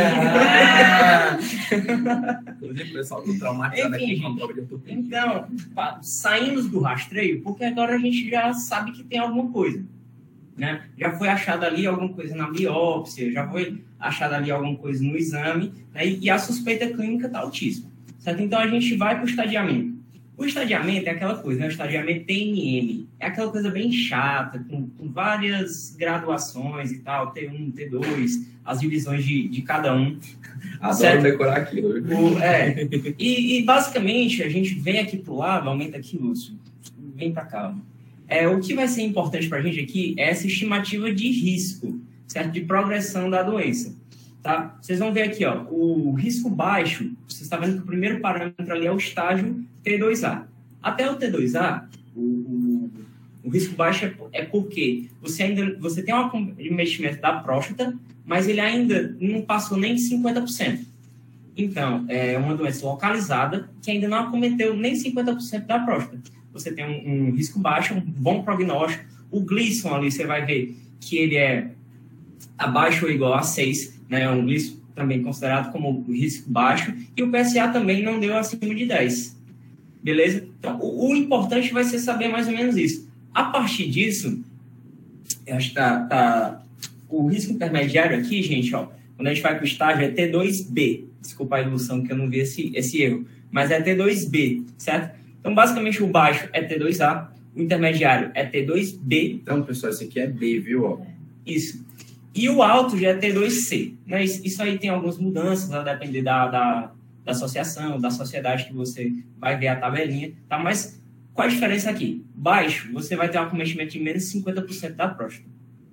C: É. Inclusive, o pessoal do traumatizado aqui com a prova de ortopedia.
F: Então, saímos do rastreio, porque agora a gente já sabe que tem alguma coisa. Né? Já foi achada ali alguma coisa na biópsia, já foi achada ali alguma coisa no exame, né? E a suspeita clínica está altíssima. Certo? Então, a gente vai para o estadiamento. O estadiamento é aquela coisa, né? O estadiamento T N M. É aquela coisa bem chata, com, com várias graduações e tal, T um, T dois, as divisões de, de cada um.
C: Adoro
F: certo?
C: Decorar aquilo.
F: O, é. E, e, basicamente, a gente vem aqui pro lado, aumenta aqui, Lúcio. Vem para cá. É, o que vai ser importante para a gente aqui é essa estimativa de risco, certo? De progressão da doença. Tá? Vocês vão ver aqui, ó, o risco baixo, você está vendo que o primeiro parâmetro ali é o estágio T dois A. Até o T dois A, o, o, o risco baixo é, é porque você ainda você tem um acometimento da próstata, mas ele ainda não passou nem de cinquenta por cento. Então, é uma doença localizada que ainda não acometeu nem cinquenta por cento da próstata. Você tem um, um risco baixo, um bom prognóstico. O Gleason ali, você vai ver que ele é abaixo ou igual a seis, né? Um Gleason também considerado como risco baixo. E o P S A também não deu acima de dez. Beleza? Então, o, o importante vai ser saber mais ou menos isso. A partir disso, eu acho que tá, tá... O risco intermediário aqui, gente, ó, quando a gente vai para o estágio, é T dois B. Desculpa a ilusão que eu não vi esse, esse erro. Mas é T dois B, certo? Então, basicamente, o baixo é T dois A, o intermediário é T dois B.
C: Então, pessoal, esse aqui é B, viu? Ó.
F: Isso. E o alto já é T dois C. Né? Isso aí tem algumas mudanças, a depender da, da, da associação, da sociedade que você vai ver a tabelinha. Tá? Mas qual a diferença aqui? Baixo, você vai ter um acometimento de menos cinquenta por cento da próstata.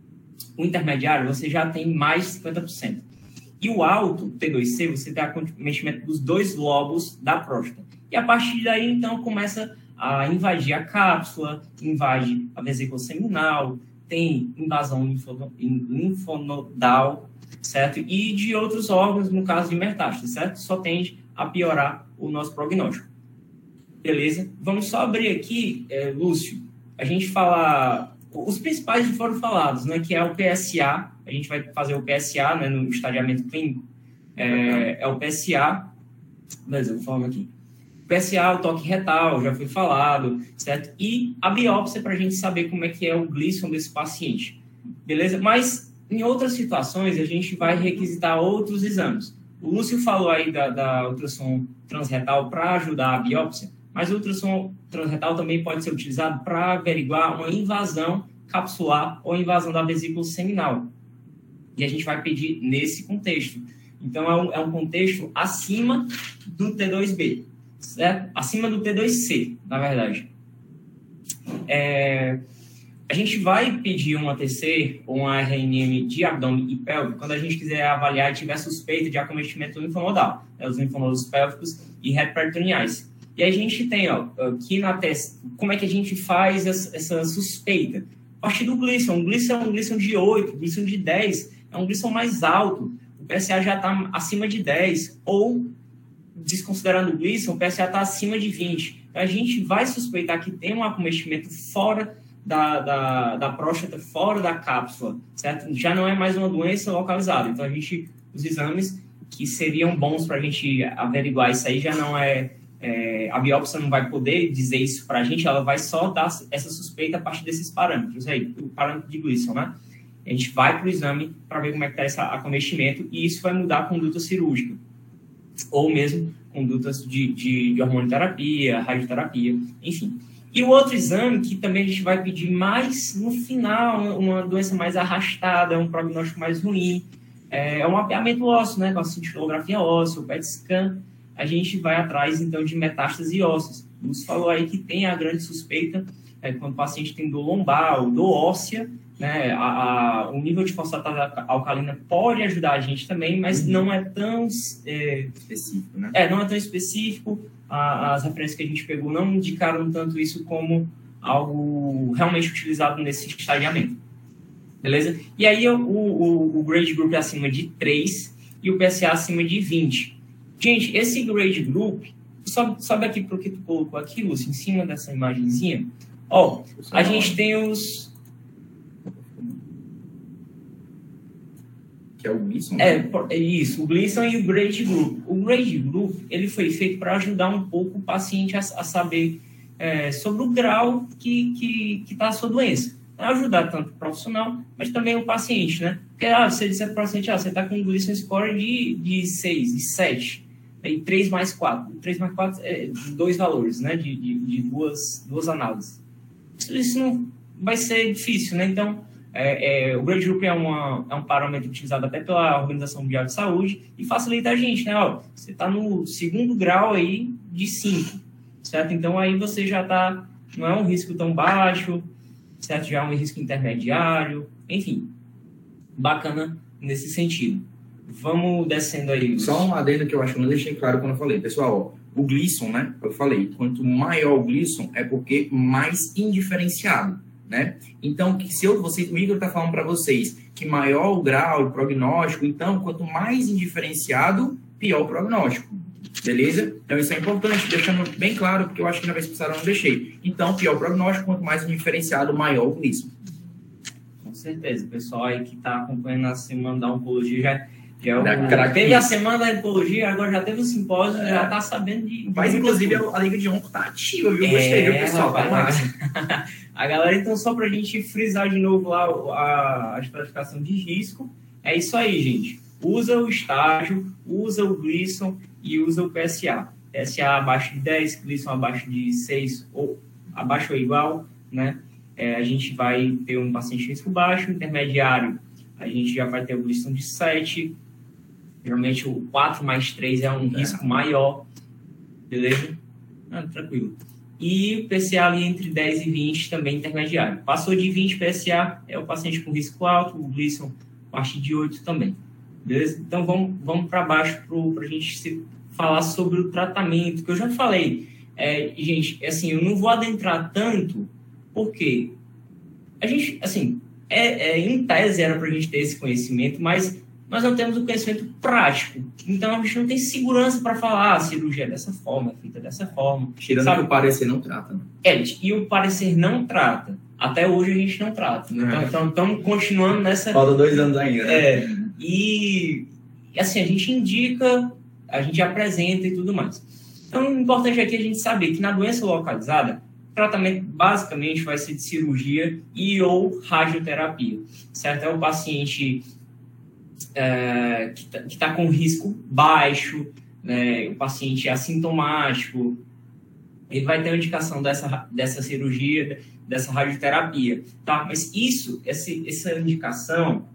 F: O intermediário, você já tem mais cinquenta por cento. E o alto, T dois C, você tem acometimento dos dois lobos da próstata. E a partir daí, então, começa a invadir a cápsula, invade a vesícula seminal, tem invasão linfonodal, certo? E de outros órgãos, no caso de metástase, certo? Só tende a piorar o nosso prognóstico. Beleza? Vamos só abrir aqui, é, Lúcio, a gente fala os principais foram falados, né, que é o P S A, a gente vai fazer o P S A, né, no estadiamento clínico, é, é o P S A, beleza, eu vou falar aqui. O P S A, o toque retal, já foi falado, certo? E a biópsia para a gente saber como é que é o Gleason desse paciente, beleza? Mas em outras situações a gente vai requisitar outros exames. O Lúcio falou aí da, da ultrassom transretal para ajudar a biópsia, mas o ultrassom transretal também pode ser utilizado para averiguar uma invasão capsular ou invasão da vesícula seminal. E a gente vai pedir nesse contexto. Então, é um, é um contexto acima do T dois B, certo? Acima do T dois C, na verdade. É, a gente vai pedir um A T C ou um R N M de abdômen e pélvico quando a gente quiser avaliar e tiver suspeita de acometimento linfonodal, né, os linfonodos pélvicos e retroperitoneais. E a gente tem, ó, aqui na testa, como é que a gente faz essa, essa suspeita? A partir do Gleason. O Gleason é um Gleason de oito, o Gleason de dez, é um Gleason mais alto. O P S A já está acima de dez, ou, desconsiderando o Gleason, o P S A está acima de vinte. Então, a gente vai suspeitar que tem um acometimento fora da, da, da próstata, fora da cápsula, certo? Já não é mais uma doença localizada. Então, a gente, os exames que seriam bons para a gente averiguar isso aí já não é... É, a biópsia não vai poder dizer isso para a gente, ela vai só dar essa suspeita a partir desses parâmetros aí, o parâmetro de Gleason, né? A gente vai para o exame para ver como é que está esse acometimento e isso vai mudar a conduta cirúrgica, ou mesmo condutas de, de, de hormonioterapia, radioterapia, enfim. E o outro exame que também a gente vai pedir mais no final, uma doença mais arrastada, um prognóstico mais ruim, é, é um mapeamento ósseo, né? Com a cintilografia óssea, o P E T scan. A gente vai atrás, então, de metástase ósseas. O Lúcio falou aí que tem a grande suspeita é, quando o paciente tem dor lombar ou dor óssea, né, a, a, o nível de fosfatase alcalina pode ajudar a gente também, mas uhum. não é tão... É,
C: específico, né?
F: É, não é tão específico. A, as referências que a gente pegou não indicaram tanto isso como algo realmente utilizado nesse estadiamento. Beleza? E aí, o, o, o grade group é acima de três e o P S A acima de vinte. Gente, esse grade group, sobe, sobe aqui para o que tu colocou aqui, Lúcio, em cima dessa imagenzinha. Ó, a gente tem os...
C: Que é o Gleason?
F: É, é isso, o Gleason e o grade group. O grade group, ele foi feito para ajudar um pouco o paciente a, a saber é, sobre o grau que está que, que tá a sua doença. Ajudar tanto o profissional, mas também o paciente, né? Porque, ah, você disser para o paciente, ah, você está com um Gleason score de, de seis, de sete. E três mais quatro. três mais quatro é dois valores, né? De, de, de duas, duas análises. Isso, isso não vai ser difícil, né? Então, é, é, o grade group é, uma, é um parâmetro utilizado até pela Organização Mundial de Saúde e facilita a gente, né? Ó, você está no segundo grau aí de cinco, certo? Então, aí você já está... Não é um risco tão baixo, certo? Já é um risco intermediário, enfim. Bacana nesse sentido. Vamos descendo aí.
C: Só um adendo que eu acho que eu não deixei claro quando eu falei. Pessoal, ó, o Gleason, né? Eu falei, quanto maior o Gleason, é porque mais indiferenciado, né? Então, que se eu, você, o Igor tá falando para vocês que maior o grau, o prognóstico, então, quanto mais indiferenciado, pior o prognóstico. Beleza? Então, isso é importante, deixando bem claro, porque eu acho que na vez passada eu não deixei. Então, pior o prognóstico, quanto mais indiferenciado, maior o Gleason.
F: Com certeza. O pessoal aí que tá acompanhando a semana da oncologia já... É o,
C: da
F: teve a semana da oncologia, agora já teve o simpósio, é. já está sabendo de...
C: Mas, inclusive, a Liga de Onco tá ativa, viu? Gostei,
F: é,
C: viu, pessoal?
F: Rapaz, a galera, então, só para a gente frisar de novo lá a, a estratificação de risco, é isso aí, gente. Usa o estágio, usa o Gleason e usa o P S A. P S A abaixo de dez, Gleason abaixo de seis, ou abaixo ou igual, né? É, a gente vai ter um paciente de risco baixo, intermediário, a gente já vai ter o Gleason de sete. Geralmente o quatro mais três é um é. risco maior, beleza? Ah, tranquilo. E o P S A ali entre dez e vinte também intermediário. Passou de vinte P S A, é o paciente com risco alto, o Gleason a partir de oito também, beleza? Então vamos, vamos para baixo para a gente se, falar sobre o tratamento, que eu já falei. É, gente, assim, eu não vou adentrar tanto, porque a gente, assim, é, é, em tese era para a gente ter esse conhecimento, mas nós não temos o conhecimento prático. Então, a gente não tem segurança para falar, ah, a cirurgia é dessa forma, é feita dessa forma.
C: Tirando
F: sabe?
C: Que o parecer não trata. Né?
F: É, e o parecer não trata. até hoje a gente não trata. Então, então estamos continuando nessa...
C: Falta dois anos ainda. Né?
F: É, e assim, a gente indica, a gente apresenta e tudo mais. Então, o importante aqui é a gente saber que na doença localizada, o tratamento basicamente vai ser de cirurgia e ou radioterapia, certo? É o paciente é, que está tá com risco baixo, né? O paciente assintomático, ele vai ter uma indicação dessa, dessa cirurgia, dessa radioterapia, tá? Mas isso, essa, essa indicação,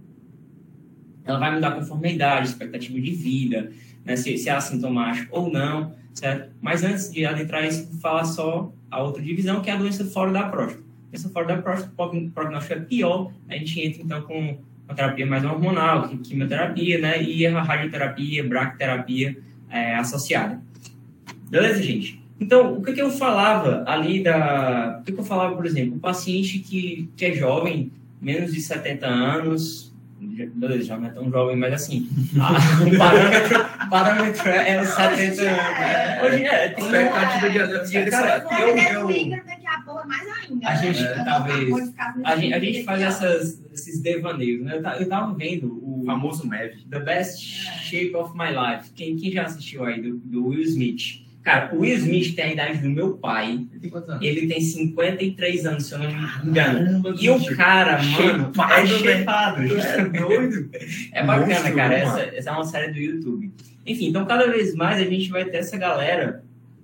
F: ela vai mudar conforme a idade, expectativa de vida, né? se, se é assintomático ou não, certo? Mas antes de adentrar isso, vou falar só a outra divisão, que é a doença fora da próstata. A doença fora da próstata, o prognóstico é pior, a gente entra então com uma terapia mais hormonal, quimioterapia, né? E a radioterapia, braquiterapia é, associada. Beleza, gente? Então, o que, que eu falava ali da... O que, que eu falava, por exemplo, o paciente que, que é jovem, menos de setenta anos... Beleza, já não é tão jovem, mas assim, a, o parâmetro, o parâmetro é os setenta anos. Hoje é, tem uma expectativa de adaptação. Cara, eu, eu,
E: daqui a pouco mais ainda.
F: A gente,
E: né?
F: talvez, a gente, a gente faz essas, esses devaneios, né? Eu tava vendo o
C: famoso M E V.
F: The Best Shape of My Life. Quem, quem já assistiu aí, do, do Will Smith? Cara, o Will Smith tem a idade do meu pai.
C: Ele tem quantos anos?
F: Ele tem cinquenta e três anos, se eu não me engano. E o cara, mano, é shapeado. É doido. É bacana,
C: Monstro,
F: cara.
C: mano.
F: Essa, essa é uma série do YouTube. Enfim, então cada vez mais a gente vai ter essa galera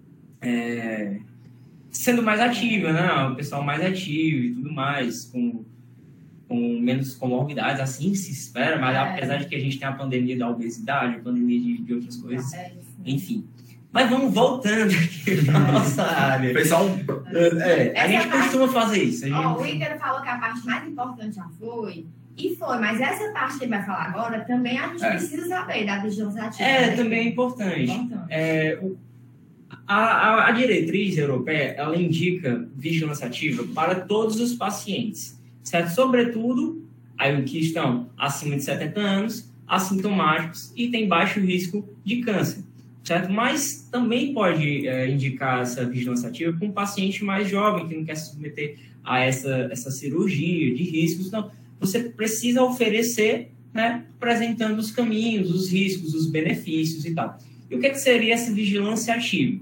F: é, sendo mais ativa, né? O pessoal mais ativo e tudo mais, com, com menos comorbidades, assim se espera, mas
E: É.
F: apesar de que a gente tem a pandemia da obesidade, a pandemia de, de outras coisas,
E: É isso.
F: enfim. Mas vamos voltando aqui para a nossa área.
C: Foi só um...
F: É, a
E: Essa
F: gente
E: parte-
F: costuma fazer isso. A gente...
E: Ó, o Ícaro falou que a parte mais importante já foi, e foi, mas essa parte que ele vai falar agora, também a gente
C: É.
E: precisa saber da vigilância ativa.
F: É,
E: né?
F: também é importante.
E: Importante.
F: É, o- a, a, a diretriz europeia, ela indica vigilância ativa para todos os pacientes, certo? Sobretudo, aí que estão acima de setenta anos, assintomáticos e tem baixo risco de câncer, certo? Mas também pode é, indicar essa vigilância ativa para um paciente mais jovem que não quer se submeter a essa, essa cirurgia de riscos. Então, você precisa oferecer, né, apresentando os caminhos, os riscos, os benefícios e tal. E o que, é que seria essa vigilância ativa?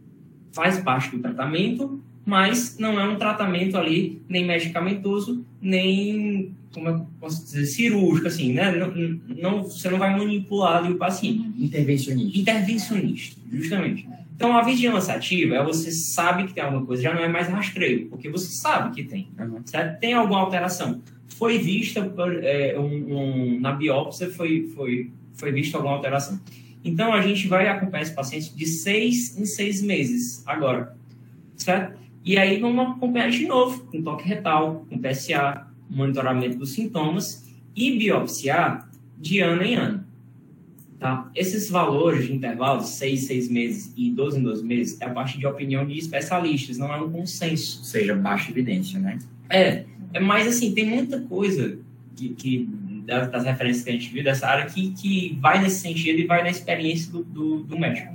F: Faz parte do tratamento, mas não é um tratamento ali nem medicamentoso, nem, como eu posso dizer, cirúrgico, assim, né? Não, não, você não vai manipular ali o paciente.
C: Intervencionista.
F: Intervencionista, justamente. Então, a vigilância ativa é você sabe que tem alguma coisa, já não é mais rastreio, porque você sabe que tem,
C: Uhum.
F: certo? Tem alguma alteração. Foi vista, por, é, um, um, na biópsia, foi, foi, foi vista alguma alteração. Então, a gente vai acompanhar esse paciente de seis em seis meses, agora, certo? E aí, vamos acompanhar de novo, com toque retal, com P S A, monitoramento dos sintomas e biopsiar de ano em ano. Tá? Esses valores de intervalo de seis, seis meses e doze em doze meses é a partir de opinião de especialistas, não é um consenso.
C: Ou seja, baixa evidência, né?
F: É, é mas assim, tem muita coisa que, que das, das referências que a gente viu dessa área que, que vai nesse sentido e vai na experiência do, do, do médico.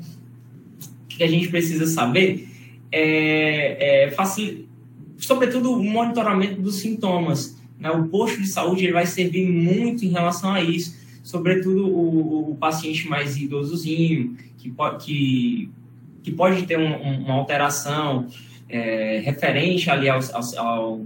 F: O que a gente precisa saber é, é facil... sobretudo o monitoramento dos sintomas, né? O posto de saúde ele vai servir muito em relação a isso, sobretudo o, o paciente mais idosozinho, que pode, que, que pode ter um, um, uma alteração é, referente ali ao, ao,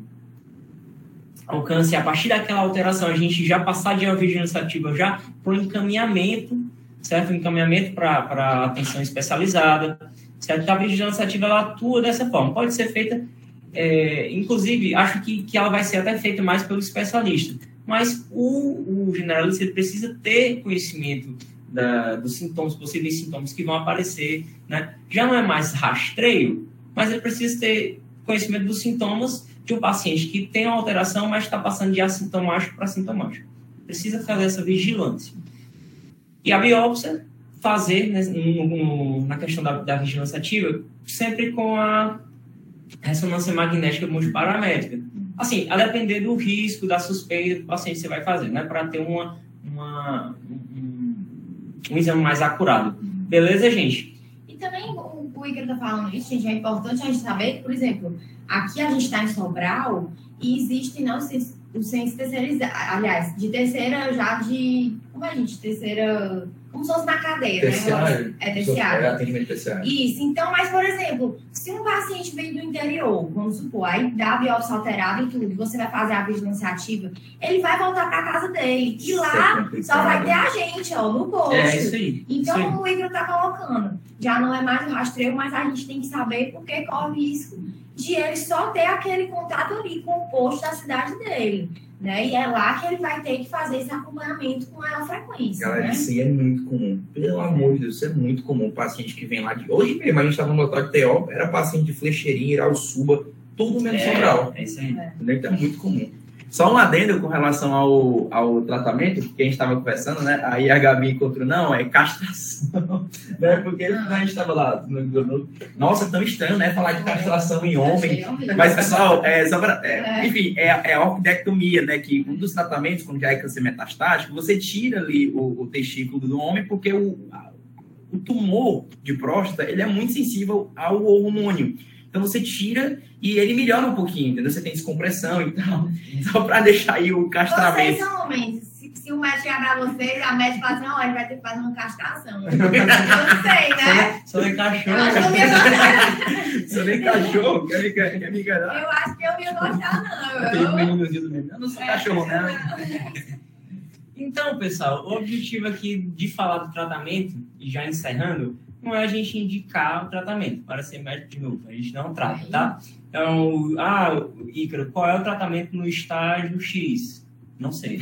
F: ao câncer. A partir daquela alteração, a gente já passar de uma vigilância ativa já para o encaminhamento, certo? O encaminhamento para atenção especializada, certo? A vigilância ativa ela atua dessa forma. Pode ser feita, é, inclusive, acho que, que ela vai ser até feita mais pelo especialista. Mas o, o generalista ele precisa ter conhecimento da, dos sintomas, possíveis sintomas que vão aparecer, né? Já não é mais rastreio, mas ele precisa ter conhecimento dos sintomas de um paciente que tem uma alteração, mas está passando de assintomático para sintomático. Precisa fazer essa vigilância. E a biópsia, fazer, né, no, no, na questão da, da vigilância ativa, sempre com a ressonância magnética multiparamétrica. Assim, a depender do risco, da suspeita do paciente que você vai fazer, né? Para ter uma, uma, um, um exame mais acurado. Beleza, gente?
E: E também o, o Ícaro está falando isso, gente, é importante a gente saber, por exemplo, aqui a gente está em Sobral e existe, não, o centro terceirizado, aliás, de terceira já de, como é, gente? Terceira, como se fosse na cadeia,
C: terciário,
E: né? É terciário.
C: É atendimento terciário.
E: Isso, então, mas, por exemplo, se um paciente vem do interior, vamos supor, aí dá a biópsia alterada e tudo, você vai fazer a vigilância ativa, ele vai voltar para casa dele. E lá
C: é
E: só vai ter a gente, ó, no posto.
F: É isso aí.
E: Então,
F: isso aí.
E: o Igor está colocando. Já não é mais o rastreio, mas a gente tem que saber porque corre risco de ele só ter aquele contato ali com o posto da cidade dele. Né? E é lá que ele vai ter que fazer esse acompanhamento com maior frequência.
C: Galera,
E: né?
C: isso aí é muito comum. Pelo amor de Deus, isso é muito comum. Paciente que vem lá de. Hoje mesmo, a gente estava no laboratório de T O, era paciente de Flecheirinha, Irauçuba, tudo menos
F: É,
C: Sobral.
F: é isso aí.
C: Entendeu? Então é muito comum. Só um adendo com relação ao, ao tratamento, que a gente estava conversando, né? Aí a Gabi encontrou, não, é castração. Né? Porque a gente estava lá. No, no, nossa, tão estranho, né? Falar de castração em homem. Mas, pessoal, é, só pra, é, é. enfim, é, é a orquidectomia, né? Que um dos tratamentos, quando já é câncer metastático, você tira ali o, o testículo do homem, porque o, o tumor de próstata, ele é muito sensível ao hormônio. Então você tira e ele melhora um pouquinho, entendeu? Você tem descompressão e tal. Só pra deixar aí o castramento.
E: Vocês são homens. Se, se o médico chegar pra vocês, a médica fala assim, ó, ele vai ter que fazer uma castração. Eu não sei, né?
F: Só é cachorro.
E: Eu acho que eu ia gostar.
C: Sou nem cachorro, quer me, quer me enganar?
E: Eu acho que eu ia gostar, não.
C: Aquele
E: Eu,
C: meninozinho do menino. Eu não sou cachorro, não.
F: Então, pessoal, o objetivo aqui de falar do tratamento, e já encerrando, não é a gente indicar o tratamento para ser médico de novo. A gente não trata, tá? Então, ah, Ícaro, qual é o tratamento no estágio X? Não sei.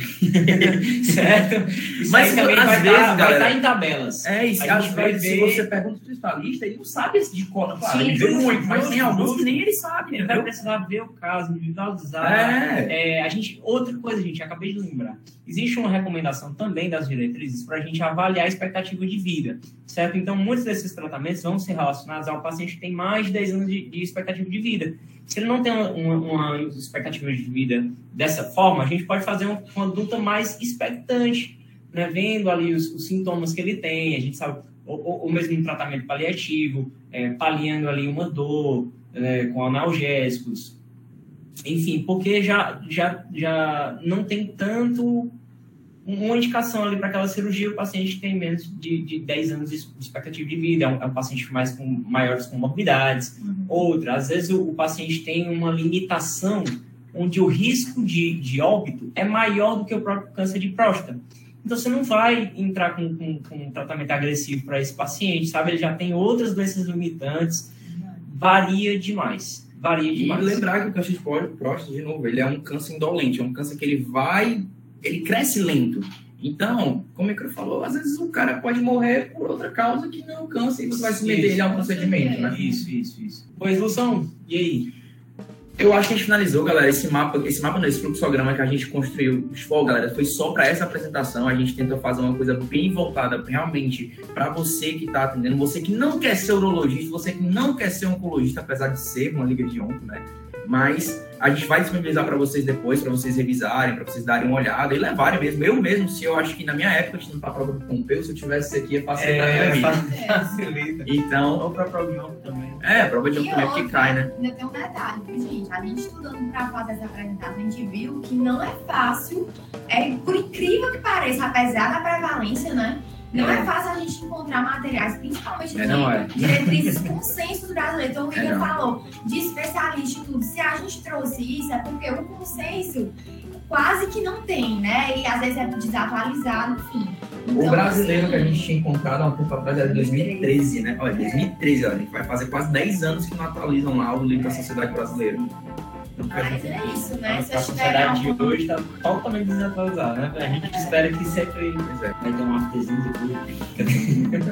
F: Certo? Isso
C: Mas
F: aí também
C: às
F: vai
C: vezes,
F: estar
C: galera,
F: em tabelas.
C: É isso,
F: A
C: às
F: gente vai
C: vezes, se
F: ver-
C: você pergunta pro especialista, ele não sabe esse de cor. Claro,
F: Sim,
C: ele vê
F: justo,
C: muito, mas
F: justo,
C: tem alguns
F: justo.
C: que nem ele sabe,
F: Ele vai
C: né?
F: precisar ver o caso, individualizar.
C: É.
F: É, a gente, outra coisa, gente, acabei de lembrar. Existe uma recomendação também das diretrizes para a gente avaliar a expectativa de vida, certo? Então, muitos desses tratamentos vão ser relacionados ao paciente que tem mais de dez anos de, de expectativa de vida. Se ele não tem uma, uma, uma expectativa de vida dessa forma, a gente pode fazer uma conduta mais expectante, né? Vendo ali os, os sintomas que ele tem, a gente sabe, ou, ou, ou mesmo um tratamento paliativo, é, paliando ali uma dor, é, com analgésicos, enfim, porque já, já, já não tem tanto uma indicação ali para aquela cirurgia, o paciente tem menos de, de dez anos de expectativa de vida, é um, é um paciente mais com maiores comorbidades. Uhum. Outra, às vezes o, o paciente tem uma limitação onde o risco de, de óbito é maior do que o próprio câncer de próstata. Então você não vai entrar com, com, com um tratamento agressivo para esse paciente, sabe? Ele já tem outras doenças limitantes, varia demais. Varia demais.
C: E lembrar que o câncer de próstata, de novo, ele é um câncer indolente, é um câncer que ele vai, ele cresce lento. Então, como é que eu falou, às vezes o cara pode morrer por outra causa que não é o câncer e você vai submeter ele a um procedimento, né?
F: Isso, isso, isso. Pois, Lução, e aí?
C: Eu acho que a gente finalizou, galera, esse mapa, esse mapa não, esse fluxograma que a gente construiu, tipo, galera, foi só para essa apresentação, a gente tentou fazer uma coisa bem voltada realmente para você que está atendendo, você que não quer ser urologista, você que não quer ser oncologista, apesar de ser uma liga de onco, né? Mas a gente vai disponibilizar para vocês depois, para vocês revisarem, para vocês darem uma olhada e levarem mesmo. Eu mesmo, se eu acho que na minha época, tinha para a prova do Pompeu, se eu tivesse aqui, ia facilitar
F: é,
C: a minha vida.
F: Facilita.
C: Então,
F: ou para a prova de onco também.
C: É, a prova de onco também, porque cai, né?
E: Ainda tem um detalhe, viu, gente? A gente estudando para fazer essa apresentação, a gente viu que não é fácil, é, por incrível que pareça, apesar da prevalência, né? Não é fácil a gente encontrar materiais, principalmente
C: é, não é.
E: diretrizes consenso brasileiro. Então, o Igor
C: é,
E: falou de especialista e tudo. Se a gente trouxe isso, é porque o consenso quase que não tem, né? E às vezes é desatualizado, enfim. Então,
C: o brasileiro
E: assim,
C: que a gente tinha encontrado há um tempo atrás era dois mil e treze, né? Olha, dois mil e treze, olha, a gente vai fazer quase dez anos que não atualizam lá o livro da Sociedade Brasileira.
E: Mas é isso, né? Se
F: A
E: eu
F: sociedade
E: tiver
F: de hoje está totalmente desatualizada, né? A gente espera que sempre vai ter um artezinho depois.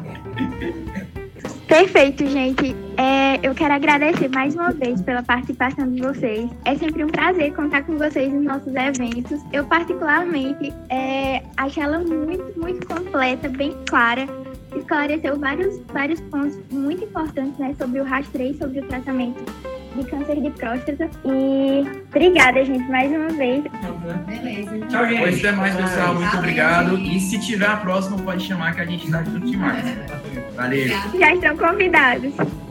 A: Perfeito, gente. É, eu quero agradecer mais uma vez pela participação de vocês. É sempre um prazer contar com vocês nos nossos eventos. Eu, particularmente, é, achei ela muito, muito completa, bem clara. Esclareceu vários, vários pontos muito importantes, né, sobre o rastreio, sobre o tratamento de câncer de próstata. E obrigada, gente, mais uma vez.
E: Beleza.
F: Tchau, gente.
C: Pois é mais, pessoal. Muito
E: Valeu,
C: obrigado.
E: gente.
C: E se tiver a próxima, pode chamar que a gente dá junto demais. Valeu.
A: Já estão convidados.